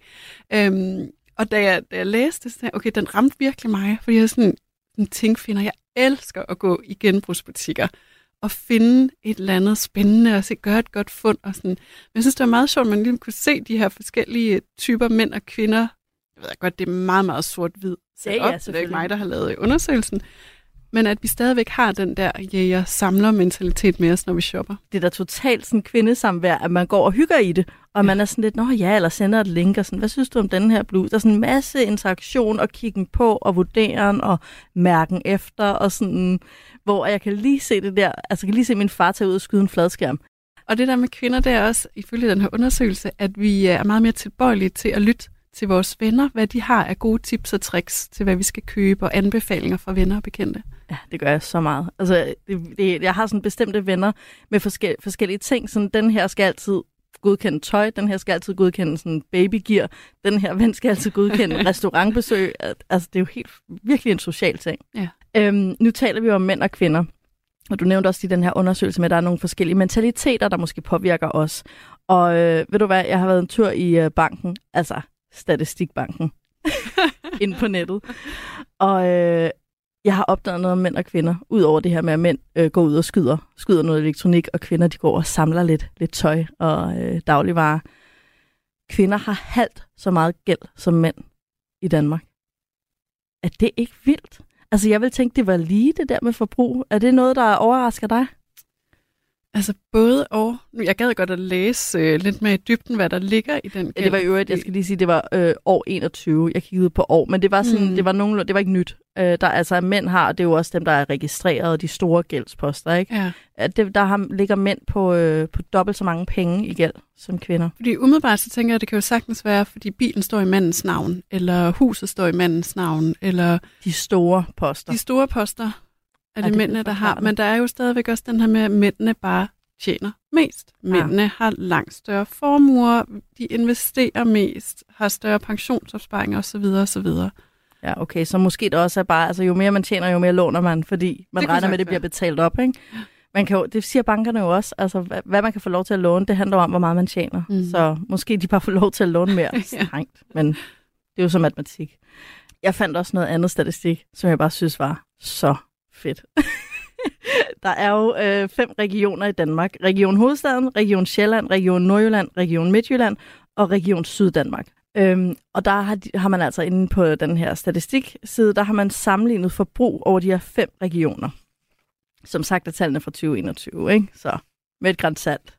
Øhm, og da jeg, da jeg læste det, okay, den ramte virkelig mig, fordi jeg sådan en tingfinder, jeg elsker at gå i genbrugsbutikker og finde et eller andet spændende og se, gøre et godt fund. Og sådan. Men jeg synes, det var meget sjovt, at man lige kunne se de her forskellige typer mænd og kvinder. Jeg ved godt, det er meget, meget sort-hvid sat ja, ja, op, så det er ikke mig, der har lavet undersøgelsen. Men at vi stadigvæk har den der jæger-samler-mentalitet med os, når vi shopper. Det er da totalt sådan kvindesamvær, at man går og hygger i det, og man er sådan lidt, nå ja, eller sender et link, og sådan, hvad synes du om den her bluse? Der er sådan en masse interaktion, og kiggen på, og vurderen, og mærken efter, og sådan, hvor jeg kan lige se det der, altså jeg kan lige se min far tage ud og skyde en fladskærm. Og det der med kvinder, det er også, ifølge den her undersøgelse, at vi er meget mere tilbøjelige til at lytte til vores venner, hvad de har af gode tips og tricks til, hvad vi skal købe, og anbefalinger fra venner og bekendte. Ja, det gør jeg så meget. Altså, det, det, jeg har sådan bestemte venner med forskel, forskellige ting. Sådan, den her skal altid godkende tøj, den her skal altid godkende sådan babygear, den her ven skal altid godkende restaurantbesøg. Altså, det er jo helt virkelig en social ting. Ja. Øhm, nu taler vi jo om mænd og kvinder. Og du nævnte også i den her undersøgelse med, at der er nogle forskellige mentaliteter, der måske påvirker os. Og øh, ved du hvad, jeg har været en tur i øh, banken, altså Statistikbanken, inde på nettet. Og øh, jeg har opdaget noget om mænd og kvinder, ud over det her med, at mænd øh, går ud og skyder, skyder noget elektronik, og kvinder de går og samler lidt, lidt tøj og øh, dagligvarer. Kvinder har halvt så meget gæld som mænd i Danmark. Er det ikke vildt? Altså, jeg vil tænke, det var lige det der med forbrug. Er det noget, der overrasker dig? Altså både og. Jeg gad godt at læse øh, lidt mere i dybden, hvad der ligger i den gæld. Ja, det var i øvrigt, jeg skal lige sige, det var øh, år enogtyve. Jeg kiggede på år, men det var sådan, mm. det var nogenlunde, det var ikke nyt. Øh, der altså mænd har, og det er jo også dem, der er registreret, de store gældsposter, ikke? Ja. At det, der har, ligger mænd på, øh, på dobbelt så mange penge i gæld som kvinder. Fordi umiddelbart så tænker jeg, at det kan jo sagtens være, fordi bilen står i mandens navn, eller huset står i mandens navn, eller de store poster. De store poster er det, det mændene, der har. Men der er jo stadigvæk også den her med, at mændene bare tjener mest. Mændene ja. har langt større formuer, de investerer mest, har større pensionsopsparinger osv. osv. Ja, okay, så måske det også er bare, altså jo mere man tjener, jo mere låner man, fordi man regner med, at det bliver betalt op, ikke? Man kan jo, det siger bankerne jo også, altså hvad, hvad man kan få lov til at låne, det handler om, hvor meget man tjener. Mm. Så måske de bare får lov til at låne mere strengt, men det er jo så matematik. Jeg fandt også noget andet statistik, som jeg bare synes var så fedt. Der er jo øh, fem regioner i Danmark. Region Hovedstaden, Region Sjælland, Region Nordjylland, Region Midtjylland og Region Syddanmark. Øhm, og der har, de, har man altså inde på den her statistikside, der har man sammenlignet forbrug over de her fem regioner. Som sagt er tallene fra tyve enogtyve, ikke? Så med et gran salt.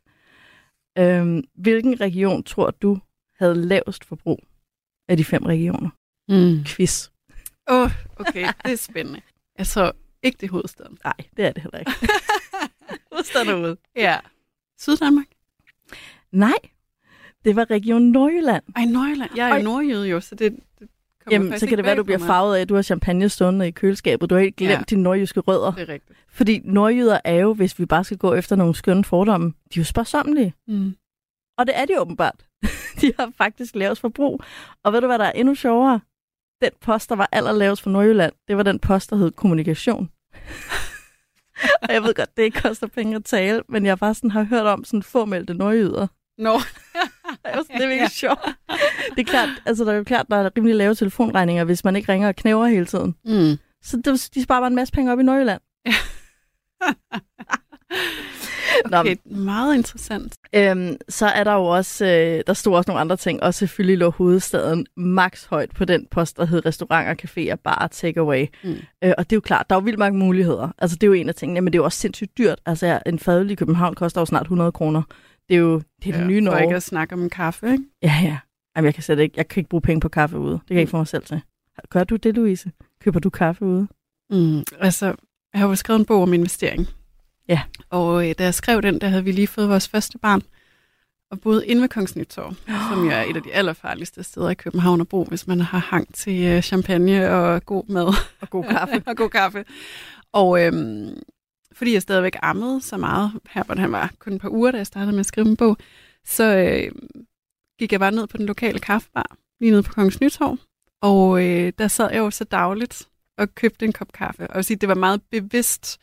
Øhm, hvilken region tror du havde lavest forbrug af de fem regioner? Mm. Quiz. Åh, oh, okay, det er spændende. Jeg tror ikke det er Hovedstaden. Nej, det er det heller ikke. Hovedstaden er ude. Ja. Syddanmark? Nej, det var Region Nordjylland. Ej, Nordjylland. Jeg er jo nordjyde jo, så det, det Jamen, så kan det være, du bliver farvet af, at du har champagne stående i køleskabet. Du har helt glemt ja. dine nordjyske rødder. Det er rigtigt. Fordi nordjyder er jo, hvis vi bare skal gå efter nogle skønne fordomme, de er jo sparsommelige. Mm. Og det er de åbenbart. De har faktisk lavest forbrug. Og ved du, hvad der er endnu sjovere? Den post, der var allerlavest for Nordjylland, det var den post, der hed kommunikation. Og jeg ved godt, det ikke koster penge at tale, men jeg bare sådan har hørt om sådan formælte nordjyder. Nå. No. Det er virkelig sjovt. Det er klart, altså der er jo klart, der er rimelig lave telefonregninger, hvis man ikke ringer og knæver hele tiden. Mm. Så det, de sparer bare en masse penge op i Nordjylland. Okay, Nå, meget interessant. Øhm, så er der jo også, øh, der stod også nogle andre ting, og selvfølgelig lå hovedstaden max højt på den post, der hed restauranter, caféer, bar, takeaway. Mm. Øh, og det er jo klart, der er jo vildt mange muligheder. Altså det er jo en af tingene, men det er jo også sindssygt dyrt. Altså en fadøl i København koster jo snart hundrede kroner. Det er jo det, er det ja, nye Norge. For ikke at snakke om kaffe, ikke? Ja, ja. Jamen, jeg kan slet ikke, jeg kan ikke bruge penge på kaffe ude. Det kan jeg ikke få mig selv til. Gør du det, Louise? Køber du kaffe ude? Mm, altså, jeg har jo skrevet en bog om investering. Ja. Og øh, da jeg skrev den, der havde vi lige fået vores første barn, og boede inde ved Kongens Nytorv, oh. som jo er et af de allerfarligste steder i København at bo, hvis man har hang til øh, champagne og god mad. Og god kaffe. og god kaffe. Og øhm, fordi jeg stadigvæk ammede så meget, Herbert han var kun et par uger, da jeg startede med at skrive en bog, så øh, gik jeg bare ned på den lokale kaffebar, lige nede på Kongens Nytorv, og øh, der sad jeg jo så dagligt og købte en kop kaffe. Og jeg vil sige, det var meget bevidst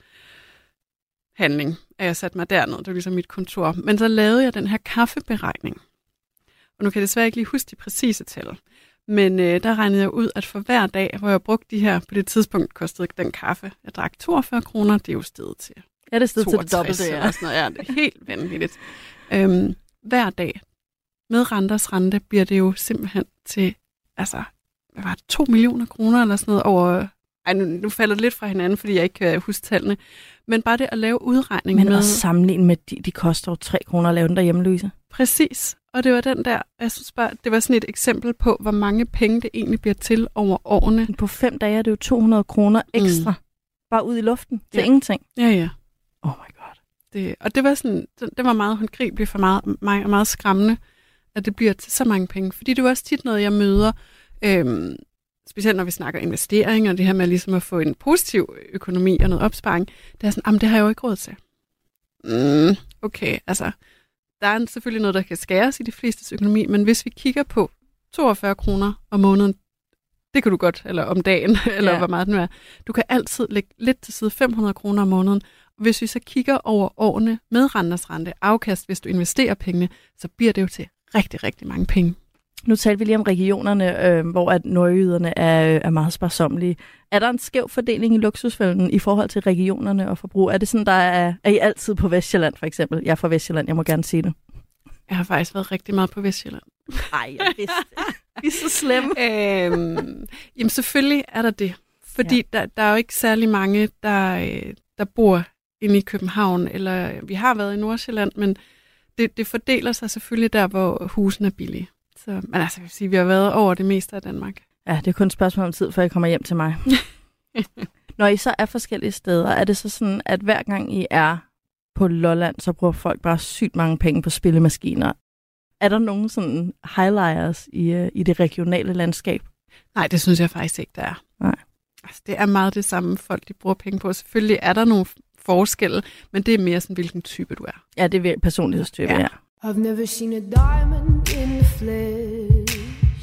handling, at jeg satte mig derned. Det var ligesom mit kontor. Men så lavede jeg den her kaffeberegning. Og nu kan jeg desværre ikke lige huske de præcise tal. Men øh, der regnede jeg ud, at for hver dag, hvor jeg brugte de her, på det tidspunkt kostede den kaffe, jeg drak toogfyrre kroner, det er jo steget til ja, det er steget til det dobbelte, ja. Eller sådan noget. Ja, det er helt vanvittigt. Øhm, hver dag, med renters rente, bliver det jo simpelthen til, altså, hvad var det, to millioner kroner eller sådan noget over. Ej, nu, nu falder det lidt fra hinanden, fordi jeg ikke kan huske tallene. Men bare det at lave udregning Men med... Men at sammenligne med, de, de koster jo tre kroner at lave den derhjemme, Louise. Præcis. Og det var den der, jeg synes bare, det var sådan et eksempel på, hvor mange penge det egentlig bliver til over årene. På fem dage er det jo to hundrede kroner ekstra. Mm. Bare ud i luften til ja. ingenting. Ja, ja. Oh my god. Det, og det var sådan, det var meget håndgribeligt for meget, meget, meget skræmmende, at det bliver til så mange penge. Fordi det var også tit noget, jeg møder... Øhm, specielt når vi snakker investering, og det her med ligesom at få en positiv økonomi og noget opsparing, det er sådan, jamen det har jeg jo ikke råd til. Mm, okay, altså, der er selvfølgelig noget, der kan skæres i de flestes økonomi, men hvis vi kigger på toogfyrre kroner om måneden, det kan du godt, eller om dagen, eller ja. hvor meget det nu er, du kan altid lægge lidt til side fem hundrede kroner om måneden, og hvis vi så kigger over årene med renters rente, afkast, hvis du investerer pengene, så bliver det jo til rigtig, rigtig mange penge. Nu talte vi lige om regionerne, øh, hvor at nordjyderne er, er meget sparsommelige. Er der en skæv fordeling i luksusfælden i forhold til regionerne og forbrug? Er det sådan, der er, er I altid på Vestjylland for eksempel? Jeg er fra Vestjylland, jeg må gerne sige det. Jeg har faktisk været rigtig meget på Vestjylland. Ej, jeg vidste det. Vi er så slemme. øhm, jamen selvfølgelig er der det. Fordi ja. der, der er jo ikke særlig mange, der, der bor inde i København. Eller vi har været i Nordsjælland, men det, det fordeler sig selvfølgelig der, hvor husene er billige. Så, men altså, jeg vil sige, vi har været over det meste af Danmark. Ja, det er kun et spørgsmål om tid, før I kommer hjem til mig. Når I så er forskellige steder, er det så sådan, at hver gang I er på Lolland, så bruger folk bare sygt mange penge på spillemaskiner. Er der nogen sådan highlighters i, i det regionale landskab? Nej, det synes jeg faktisk ikke, der er. Nej. Altså, det er meget det samme, folk de bruger penge på. Selvfølgelig er der nogle forskelle, men det er mere sådan, hvilken type du er. Ja, det er personlighedstype, ja. ja. I've never seen a diamond in the flesh.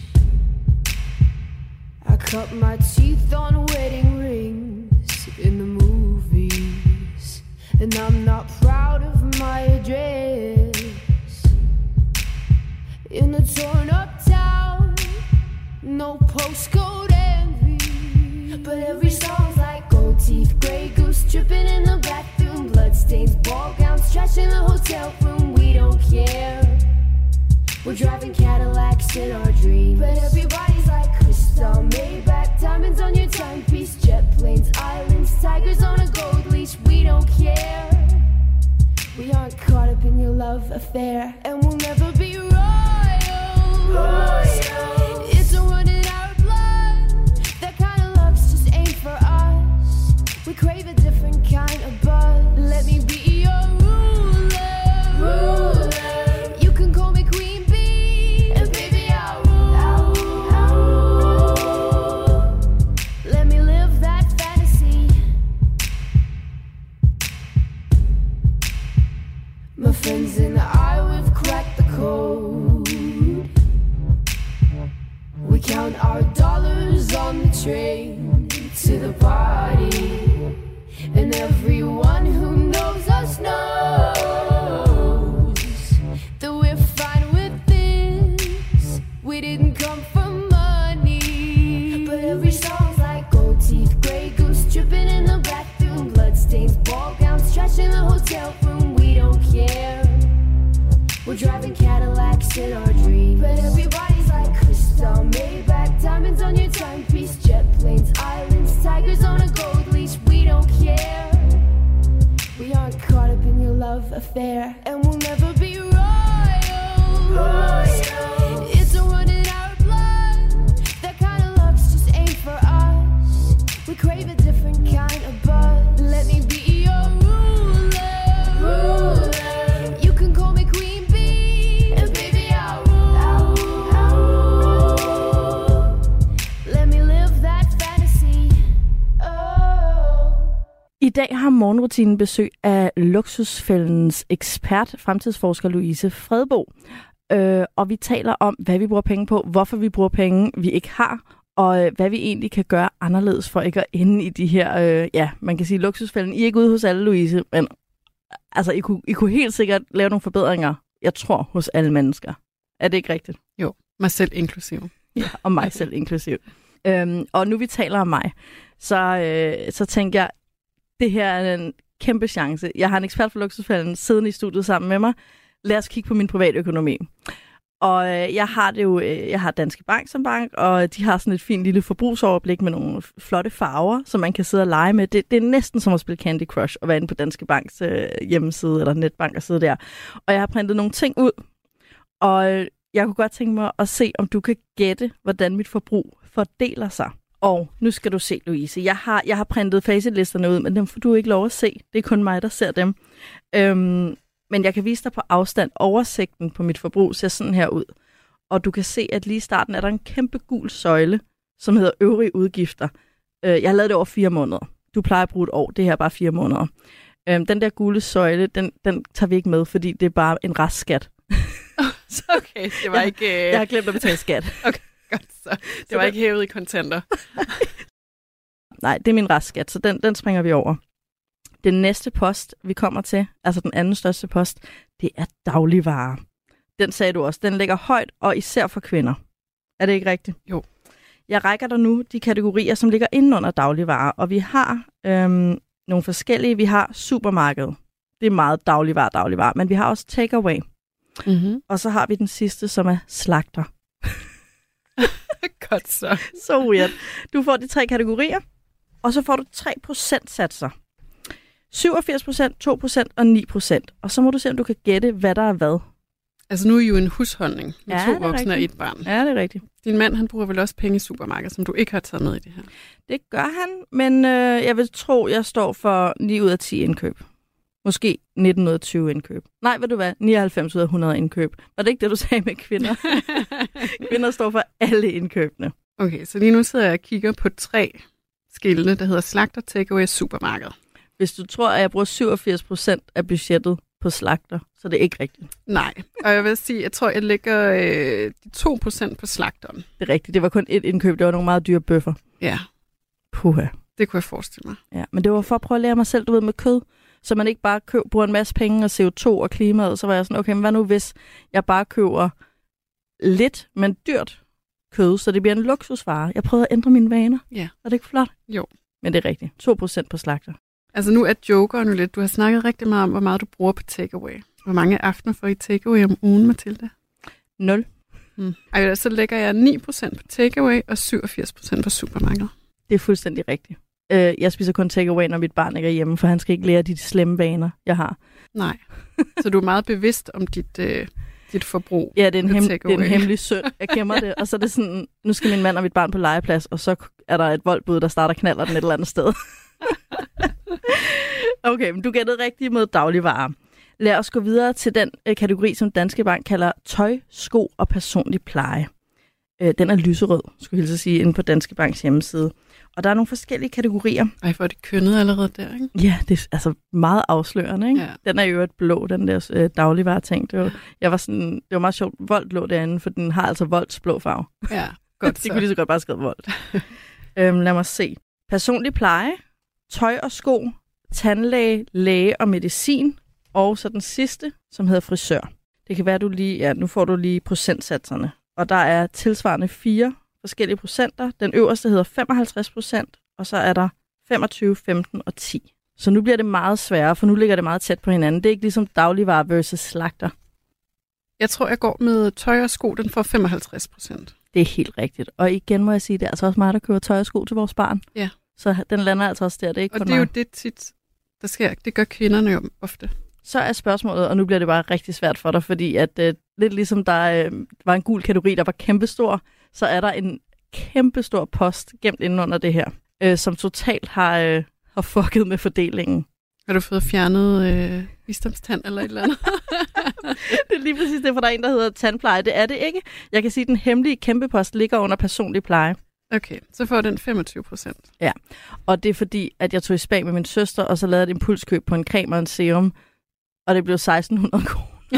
I cut my teeth on wedding rings in the movies, and I'm not proud of my address. In a torn up town, no postcode envy, but every song's like gold teeth, grey goose dripping in the bathroom, bloodstains, ball gowns, trash in the hotel room. We don't care. We're driving Cadillacs in our dreams, but everybody's like crystal, Maybach, diamonds on your timepiece, jet planes, islands, tigers on a gold leash. We don't care. We aren't caught up in your love affair, and we'll never be royal. Royal. It's a run in our blood. That kind of love's just ain't for us. We crave a different kind of buzz. Let me be your ruler. Ruler. You can call me Queen Bee, and baby I'll rule. I'll rule. I'll rule. Let me live that fantasy. My friends and I, we've cracked the code. We count our dollars on the train to the party, and everyone who knows us knows that we're fine with this. We didn't come for money, but every song's like gold teeth, grey goose Cadillacs in our dreams. But everybody's like crystal, Maybach, diamonds on your timepiece, jet planes, islands, tigers on a gold leash. We don't care. We aren't caught up in your love affair, and we'll never be royals. Royals. It's a run in our blood. That kind of luck's just ain't for us. We crave a different kind of buzz. Let me be your ruler. Ruler. You can call me Queen Bee, and baby I'll rule. I'll rule. I'll rule. Let me live that fantasy. Oh. I dag har morgenrutinen besøg af Luksusfældens ekspert, fremtidsforsker Louise Fredbo. Øh, og vi taler om, hvad vi bruger penge på, hvorfor vi bruger penge, vi ikke har, og øh, hvad vi egentlig kan gøre anderledes for ikke at ende i de her, øh, ja, man kan sige Luksusfælden. I er ikke ude hos alle, Louise, men altså, I kunne, I kunne helt sikkert lave nogle forbedringer, jeg tror, hos alle mennesker. Er det ikke rigtigt? Jo, mig selv inklusiv. Ja, og mig selv inklusiv. Øhm, og nu vi taler om mig, så, øh, så tænker jeg, det her er en kæmpe chance. Jeg har en ekspert for Luksusfælden siddende i studiet sammen med mig. Lad os kigge på min private økonomi. Og øh, jeg har det jo, øh, jeg har Danske Bank som bank, og de har sådan et fint lille forbrugsoverblik med nogle flotte farver, som man kan sidde og lege med. Det, det er næsten som at spille Candy Crush og være inde på Danske Banks øh, hjemmeside eller netbank og sidde der. Og jeg har printet nogle ting ud, og øh, jeg kunne godt tænke mig at se, om du kan gætte, hvordan mit forbrug fordeler sig. Og nu skal du se, Louise. Jeg har, jeg har printet facitlisterne ud, men dem får du ikke lov at se. Det er kun mig, der ser dem. Øhm, men jeg kan vise dig på afstand. Oversigten på mit forbrug ser sådan her ud. Og du kan se, at lige i starten er der en kæmpe gul søjle, som hedder øvrige udgifter. Øh, jeg har lavet det over fire måneder. Du plejer at bruge et år. Det her er bare fire måneder. Øhm, den der gule søjle, den, den tager vi ikke med, fordi det er bare en restskat. Okay, det var ikke... Jeg, jeg har glemt at betale skat. Okay. Godt, så. Det så var det... ikke hævet i kontanter. Nej, det er min restskat, så den, den springer vi over. Den næste post, vi kommer til, altså den anden største post, det er dagligvarer. Den sagde du også. Den ligger højt, og især for kvinder. Er det ikke rigtigt? Jo. Jeg rækker dig nu de kategorier, som ligger inde under dagligvarer, og vi har øhm, nogle forskellige. Vi har supermarkedet. Det er meget dagligvarer, dagligvarer, men vi har også takeaway. Mm-hmm. Og så har vi den sidste, som er slagter. Godt så. Så weird. Du får de tre kategorier, og så får du tre procentsatser. syvogfirs procent, to procent og ni procent. Og så må du se, om du kan gætte, hvad der er hvad. Altså nu er I jo en husholdning med ja, to voksne og et barn. Ja, det er rigtigt. Din mand, han bruger vel også penge i supermarkedet, som du ikke har taget med i det her? Det gør han, men øh, jeg vil tro, jeg står for ni ud af ti indkøb. Måske nitten ud af tyve indkøb. Nej, ved du hvad? nioghalvfems ud af hundrede indkøb. Var det ikke det, du sagde med kvinder? Kvinder står for alle indkøbene. Okay, så lige nu sidder jeg og kigger på tre skilte, der hedder slagter, takeaway, supermarked. Hvis du tror, at jeg bruger syvogfirs procent af budgettet på slagter, så er det ikke rigtigt. Nej, og jeg vil sige, jeg tror, jeg lægger øh, de to procent på slagteren. Det er rigtigt. Det var kun et indkøb. Det var nogle meget dyre bøffer. Ja. Puha. Det kunne jeg forestille mig. Ja, men det var for at prøve at lære mig selv, du ved, med kød. Så man ikke bare køb, bruger en masse penge og C O to og klimaet. Så var jeg sådan, okay, men hvad nu hvis jeg bare køber lidt, men dyrt kød, så det bliver en luksusvare. Jeg prøvede at ændre mine vaner. Ja. Er det ikke flot? Jo. Men det er rigtigt. to procent på slagter. Altså nu er joker nu lidt. Du har snakket rigtig meget om, hvor meget du bruger på takeaway. Hvor mange aftener får I takeaway om ugen, Mathilde? Nul. Hmm. Ej, så lægger jeg ni procent på takeaway og syvogfirs procent på supermarkedet. Det er fuldstændig rigtigt. Jeg spiser kun takeaway, når mit barn ikke er hjemme, for han skal ikke lære de slemme vaner, jeg har. Nej. Så du er meget bevidst om dit, øh, dit forbrug. Ja, det er en, hem- det er en hemmelig synd. Jeg gemmer det, og så er det sådan, nu skal min mand og mit barn på legeplads, og så er der et voldbud, der starter knaller den et eller andet sted. Okay, men du gættede rigtigt med dagligvarer. Lad os gå videre til den øh, kategori, som Danske Bank kalder tøj, sko og personlig pleje. Øh, den er lyserød, skulle jeg hilse at sige, inde på Danske Banks hjemmeside. Og der er nogle forskellige kategorier. Ej, for det kønnet allerede der, ikke? Ja, det er altså meget afslørende, ikke? Ja. Den er jo et blå, den der øh, dagligvarer-ting. Det var, jeg var sådan, det var meget sjovt, Volt lå derinde, for den har altså Volts blå farve. Ja, godt så. Det kunne lige så godt bare skrive Volt. øhm, lad mig se. Personlig pleje, tøj og sko, tandlæge, læge og medicin, og så den sidste, som hedder frisør. Det kan være, du lige, ja, nu får du lige procentsatserne. Og der er tilsvarende fire forskellige procenter. Den øverste hedder femoghalvtreds procent, og så er der femogtyve, femten og ti. Så nu bliver det meget sværere, for nu ligger det meget tæt på hinanden. Det er ikke ligesom dagligvarer versus slagter. Jeg tror, jeg går med tøj og sko, den får femoghalvtreds procent. Det er helt rigtigt. Og igen må jeg sige, det er altså også mig, der køber tøj og sko til vores barn. Ja. Så den lander altså også der, det er ikke Og kun det er jo mig. det tit, der sker. Det gør kvinderne jo ofte. Så er spørgsmålet, og nu bliver det bare rigtig svært for dig, fordi at øh, lidt ligesom der øh, var en gul kategori, der var kæmpestor, så er der en kæmpestor post gemt inde under det her, øh, som totalt har, øh, har fucket med fordelingen. Har du fået fjernet øh, visdomstand eller et eller andet? Det er lige præcis det, for der er en, der hedder tandpleje. Det er det ikke. Jeg kan sige, at den hemmelige kæmpepost ligger under personlig pleje. Okay, så får den femogtyve procent. Ja, og det er fordi, at jeg tog i spa med min søster, og så lavede jeg et impulskøb på en creme og en serum, og det blev seksten hundrede kroner.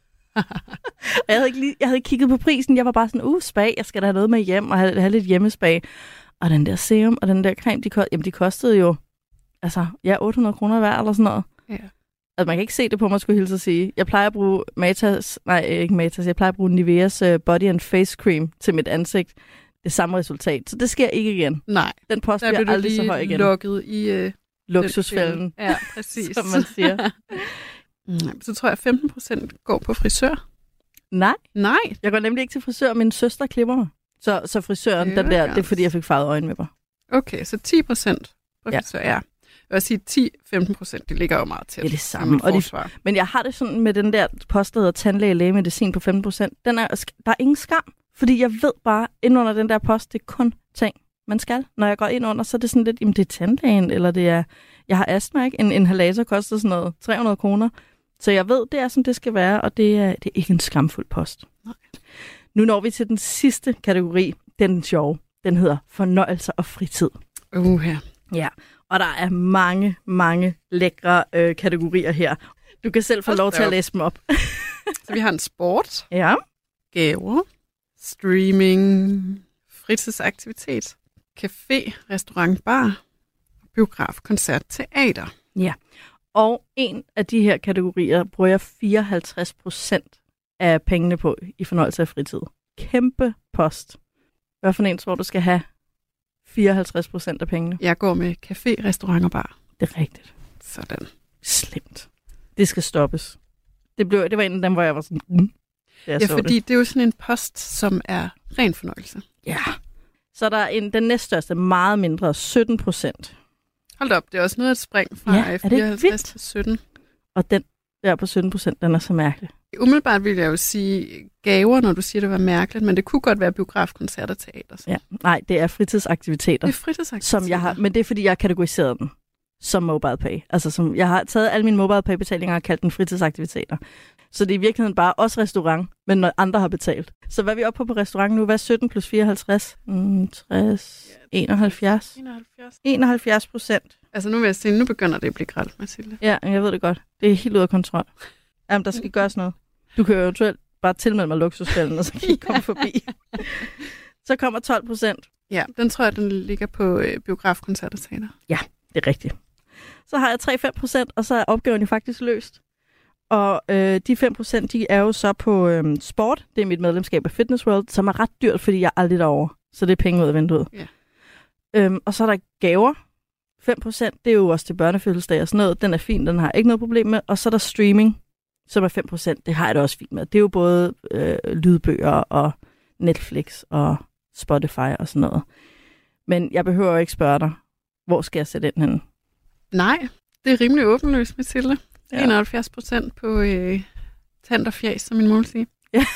jeg, havde ikke lige, jeg havde ikke kigget på prisen. Jeg var bare sådan, uh, spa, jeg skal da have noget med hjem og have, have lidt hjemmespa. Og den der serum og den der creme, de, kost, jamen, de kostede jo altså, ja, otte hundrede kroner hver eller sådan noget. Ja. Altså, man kan ikke se det på mig, skulle jeg hilse at sige. Jeg plejer at bruge Matas, nej, ikke Matas, jeg plejer at bruge Niveas uh, Body and Face Cream til mit ansigt. Det samme resultat. Så det sker ikke igen. Nej, den post der bliver bliver aldrig så høj igen. lukket i øh, luksusfælden. Ja, præcis. Som man siger. mm. Så tror jeg, at femten procent går på frisør. Nej. Nej. Jeg går nemlig ikke til frisør, min søster klipper mig. Så, så frisøren, det den der, godt. det er fordi, jeg fik farvet øjne med mig. Okay, så ti procent på ja. frisør, ja. Jeg vil sige ti til femten procent, det ligger jo meget tæt. Det er det samme. Og de, men jeg har det sådan med den der post, der hedder tandlæge lægemedicin på femten procent. Den er, der er ingen skam, fordi jeg ved bare, ind under den der post, det er kun ting, man skal. Når jeg går ind under, så er det sådan lidt, jamen det er tandlægen, eller det er, jeg har astma, ikke? En inhalator koster sådan noget tre hundrede kroner. Så jeg ved, det er sådan, det skal være, og det er, det er ikke en skamfuld post. Nej. Nu når vi til den sidste kategori, den sjove. Den hedder fornøjelser og fritid. Uh, ja. Ja, og der er mange, mange lækre øh, kategorier her. Du kan selv få lov til at læse dem op. Så vi har en sport. Ja. Gaver. Streaming. Fritidsaktivitet. Café, restaurant, bar. Biograf, koncert, teater. Ja, og en af de her kategorier bruger jeg fireoghalvtreds procent af pengene på i fornøjelse af fritid. Kæmpe post. Hvad for en tror du skal have fireoghalvtreds procent af pengene? Jeg går med café, restaurant og bar. Det er rigtigt. Sådan. Slemt. Det skal stoppes. Det, blev, det var en af dem, hvor jeg var sådan... Mm, ja, fordi det. det er jo sådan en post, som er ren fornøjelse. Ja. Så der er en, den næststørste, meget mindre, sytten procent. Hold op, det er også noget at springe fra ja, fireoghalvtreds til sytten. Og den der på sytten procent, den er så mærkelig. Umiddelbart vil jeg jo sige gaver, når du siger, det var mærkeligt, men det kunne godt være biografkoncerter og teater. Ja, nej, det er fritidsaktiviteter. Det er fritidsaktiviteter. Som jeg har, men det er, fordi jeg har kategoriseret dem som MobilePay. Altså, som, jeg har taget alle mine MobilePay-betalinger og kaldt dem fritidsaktiviteter. Så det er i virkeligheden bare også restaurant, men når andre har betalt. Så hvad er vi oppe på på restaurant nu? Hvad er sytten plus fireoghalvtreds? Mm, tres, enoghalvfjerds. enoghalvfjerds. enoghalvfjerds procent. Altså nu vil jeg sige, nu begynder det at blive grelt, Mathilde. Ja, jeg ved det godt. Det er helt ude af kontrol. Jamen, der skal gøres noget. Du kan jo eventuelt bare tilmelde mig luksusfælden, og så kan I komme forbi. Så kommer tolv procent. Ja, den tror jeg, den ligger på øh, biografkoncerter og teater. Ja, det er rigtigt. Så har jeg tre til fem procent, og så er opgaven jo faktisk løst. Og øh, de fem procent, de er jo så på øh, sport. Det er mit medlemskab af Fitness World, som er ret dyrt, fordi jeg er aldrig derovre. Så det er penge ud af vinduet. Ja. Øhm, og så er der gaver. fem procent, det er jo også til børnefødselsdag og sådan noget. Den er fin, den har jeg ikke noget problem med. Og så er der streaming, som er fem procent. Det har jeg da også fint med. Det er jo både øh, lydbøger og Netflix og Spotify og sådan noget. Men jeg behøver jo ikke spørge dig, hvor skal jeg sætte den henne? Nej, det er rimelig åbenløst, Mathilde. Ja. enoghalvfjerds procent på øh, tand og fjæs, som min mor siger. Ja.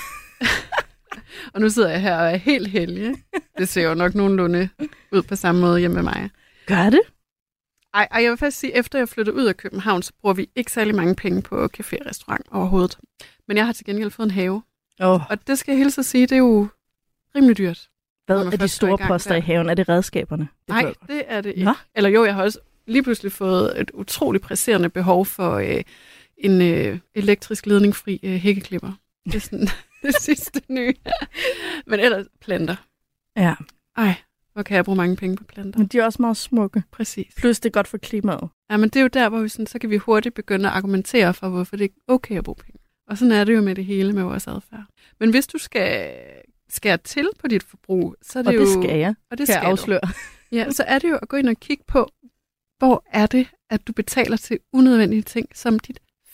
Og nu sidder jeg her og er helt heldig. Det ser jo nok nogenlunde ud på samme måde hjemme med mig. Gør det? Ej, ej, jeg vil faktisk sige, at efter jeg flyttede ud af København, så bruger vi ikke særlig mange penge på café og restaurant overhovedet. Men jeg har til gengæld fået en have. Oh. Og det skal jeg hilse at sige, det er jo rimelig dyrt. Hvad er de store poster i haven? Er det redskaberne? Det Nej, det er det ikke. Nå? Eller jo, jeg har også lige pludselig fået et utroligt presserende behov for øh, en øh, elektrisk ledningfri øh, hækkeklipper. Det er sådan det sidste nye. Men ellers planter. Ja. Ej, hvor kan jeg bruge mange penge på planter? Men de er også meget smukke. Præcis. Plus det er godt for klimaet. Ja, men det er jo der, hvor vi sådan, så kan vi hurtigt begynde at argumentere for, hvorfor det er okay at bruge penge. Og sådan er det jo med det hele med vores adfærd. Men hvis du skal skære til på dit forbrug, så er det og jo... Og det skal jeg. Og det kan skal jeg afsløre. Ja, så er det jo at gå ind og kigge på, hvor er det, at du betaler til unødvendige ting, som dit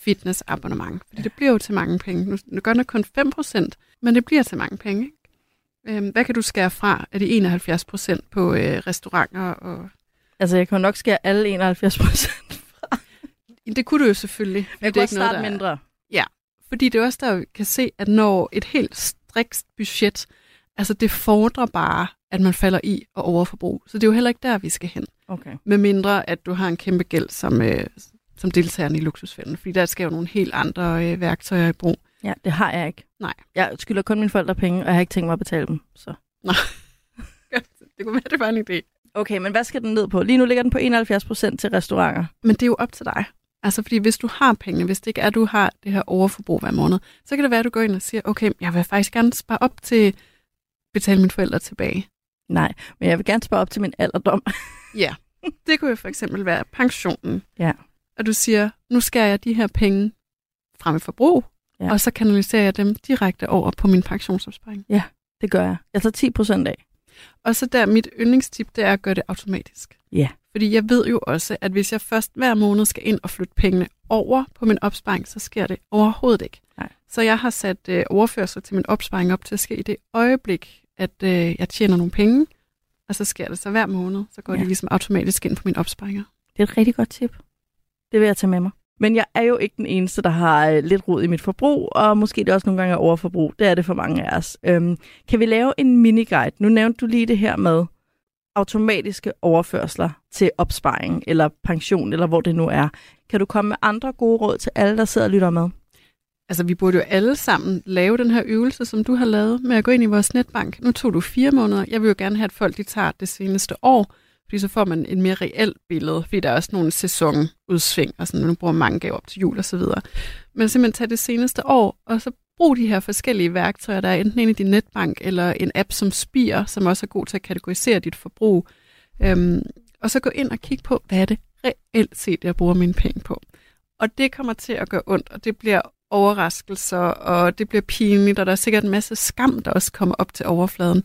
fitnessabonnement. Fordi det bliver jo til mange penge. Nu, nu gør det kun fem procent, men det bliver til mange penge. Ikke? Øhm, hvad kan du skære fra af de enoghalvfjerds procent på øh, restauranter? Og... Altså, jeg kan jo nok skære alle enoghalvfjerds procent fra. Det kunne du jo selvfølgelig. Jeg kunne også starte mindre. Ja, fordi det er også der, vi kan se, at når et helt strikst budget, altså det fordrer bare, at man falder i og overforbrug. Så det er jo heller ikke der, vi skal hen. Okay. Med mindre, at du har en kæmpe gæld som, øh, som deltagerne i Luksusfælden. Fordi der skal jo nogle helt andre øh, værktøjer i brug. Ja, det har jeg ikke. Nej. Jeg skylder kun mine forældre penge, og jeg har ikke tænkt mig at betale dem. Så. Nej. Det kunne være, det var en idé. Okay, men hvad skal den ned på? Lige nu ligger den på enoghalvfjerds procent til restauranter. Men det er jo op til dig. Altså, fordi hvis du har penge, hvis det ikke er, at du har det her overforbrug hver måned, så kan det være, at du går ind og siger, okay, jeg vil faktisk gerne spare op til betale mine forældre tilbage. Nej, men jeg vil gerne spare op til min alderdom. Ja, det kunne jo for eksempel være pensionen. Ja. Og du siger, nu skærer jeg de her penge fra mit forbrug, ja. Og så kanaliserer jeg dem direkte over på min pensionsopsparing. Ja, det gør jeg. Jeg tager ti procent af. Og så der, mit yndlingstip, det er at gøre det automatisk. Ja. Fordi jeg ved jo også, at hvis jeg først hver måned skal ind og flytte pengene over på min opsparing, så sker det overhovedet ikke. Nej. Så jeg har sat øh, overførsel til min opsparing op til at ske i det øjeblik, at øh, jeg tjener nogle penge, og så sker det så hver måned, så går ja. det ligesom automatisk ind på mine opsparinger. Det er et rigtig godt tip. Det vil jeg tage med mig. Men jeg er jo ikke den eneste, der har øh, lidt rod i mit forbrug, og måske det også nogle gange er overforbrug. Det er det for mange af os. Øhm, kan vi lave en miniguide? Nu nævnte du lige det her med automatiske overførsler til opsparing, eller pension, eller hvor det nu er. Kan du komme med andre gode råd til alle, der sidder og lytter med? Altså, vi burde jo alle sammen lave den her øvelse, som du har lavet med at gå ind i vores netbank. Nu tog du fire måneder. Jeg vil jo gerne have, at folk de tager det seneste år, fordi så får man et mere reelt billede, fordi der er også nogle sæsonudsving, og sådan, nu bruger mange gaver op til jul og så videre. Men simpelthen tage det seneste år, og så brug de her forskellige værktøjer, der er enten inde i din netbank, eller en app som Spir, som også er god til at kategorisere dit forbrug. Øhm, og så gå ind og kigge på, hvad er det reelt set, jeg bruger mine penge på. Og det kommer til at gøre ondt, og det bliver overraskelser, og det bliver pinligt, og der er sikkert en masse skam, der også kommer op til overfladen.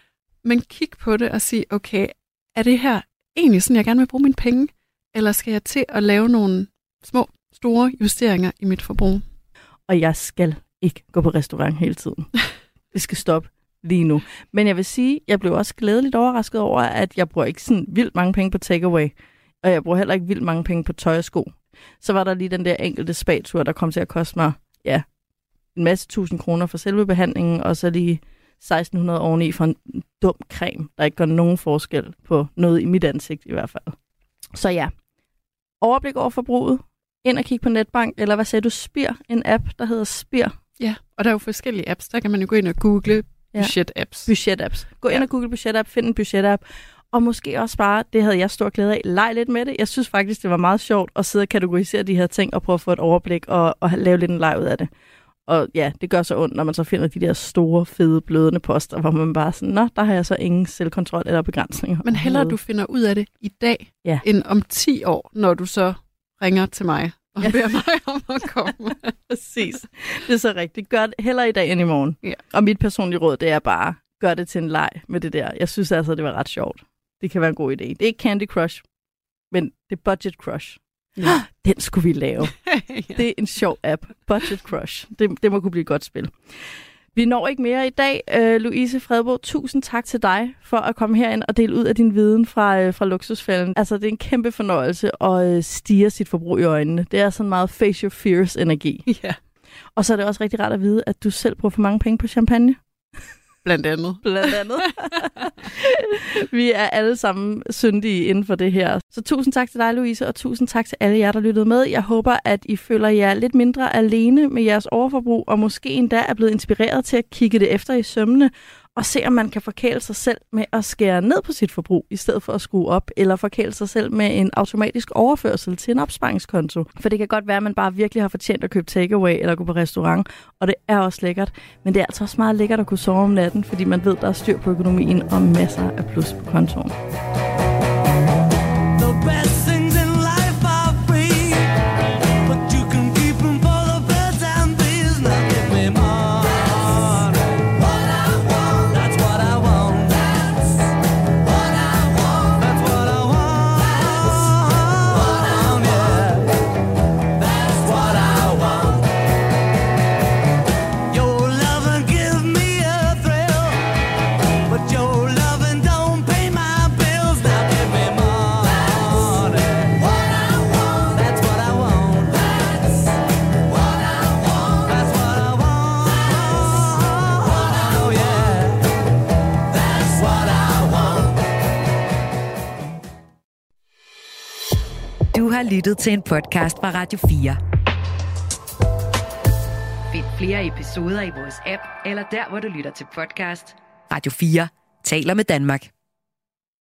Men kig på det og sig, okay, er det her egentlig sådan, jeg gerne vil bruge mine penge? Eller skal jeg til at lave nogle små, store justeringer i mit forbrug? Og jeg skal ikke gå på restaurant hele tiden. Det skal stoppe lige nu. Men jeg vil sige, jeg blev også glædeligt overrasket over, at jeg bruger ikke sådan vildt mange penge på takeaway. Og jeg bruger heller ikke vildt mange penge på tøj og sko. Så var der lige den der enkelte spa-tur, der kom til at koste mig ja, en masse tusind kroner for selve behandlingen, og så lige seksten hundrede oveni for en dum creme, der ikke gør nogen forskel på noget i mit ansigt i hvert fald. Så ja, overblik over forbruget, ind og kigge på netbank, eller hvad sagde du, Spir, en app, der hedder Spir. Ja, og der er jo forskellige apps, der kan man jo gå ind og google budget-apps. Ja, budget-apps. Gå ja. ind og google budget-app, find en budget-app, og måske også bare, det havde jeg stor glæde af, leg lidt med det. Jeg synes faktisk, det var meget sjovt at sidde og kategorisere de her ting, og prøve at få et overblik, og, og lave lidt en leg ud af det. Og ja, det gør så ondt, når man så finder de der store, fede, blødende poster, hvor man bare sådan, nå, der har jeg så ingen selvkontrol eller begrænsninger. Men hellere du finder ud af det i dag, ja. end om ti år, når du så ringer til mig og ja. beder mig om at komme. Præcis. Det er så rigtigt. Gør det hellere i dag end i morgen. Ja. Og mit personlige råd, det er bare, gør det til en leg med det der. Jeg synes altså, det var ret sjovt. Det kan være en god idé. Det er ikke Candy Crush, men det er Budget Crush. Ja. Den skulle vi lave. ja. Det er en sjov app. Budget Crush. Det, det må kunne blive et godt spil. Vi når ikke mere i dag. Uh, Louise Fredbo, tusind tak til dig for at komme herind og dele ud af din viden fra, uh, fra Luksusfælden. Altså, det er en kæmpe fornøjelse at uh, stirre sit forbrug i øjnene. Det er sådan meget face your fears energi. Ja. Og så er det også rigtig rart at vide, at du selv bruger for mange penge på champagne. Blandt andet. Blandt andet. Vi er alle sammen syndige inden for det her. Så tusind tak til dig, Louise, og tusind tak til alle jer, der lyttede med. Jeg håber, at I føler jer lidt mindre alene med jeres overforbrug, og måske endda er blevet inspireret til at kigge det efter i sømmene, og se, om man kan forkæle sig selv med at skære ned på sit forbrug, i stedet for at skrue op, eller forkæle sig selv med en automatisk overførsel til en opsparingskonto. For det kan godt være, at man bare virkelig har fortjent at købe takeaway eller gå på restaurant, og det er også lækkert. Men det er altså også meget lækkert at kunne sove om natten, fordi man ved, der er styr på økonomien og masser af plus på kontoen. What I Du har lyttet til en podcast fra Radio fire. Find flere episoder i vores app, eller der, hvor du lytter til podcast. Radio fire taler med Danmark.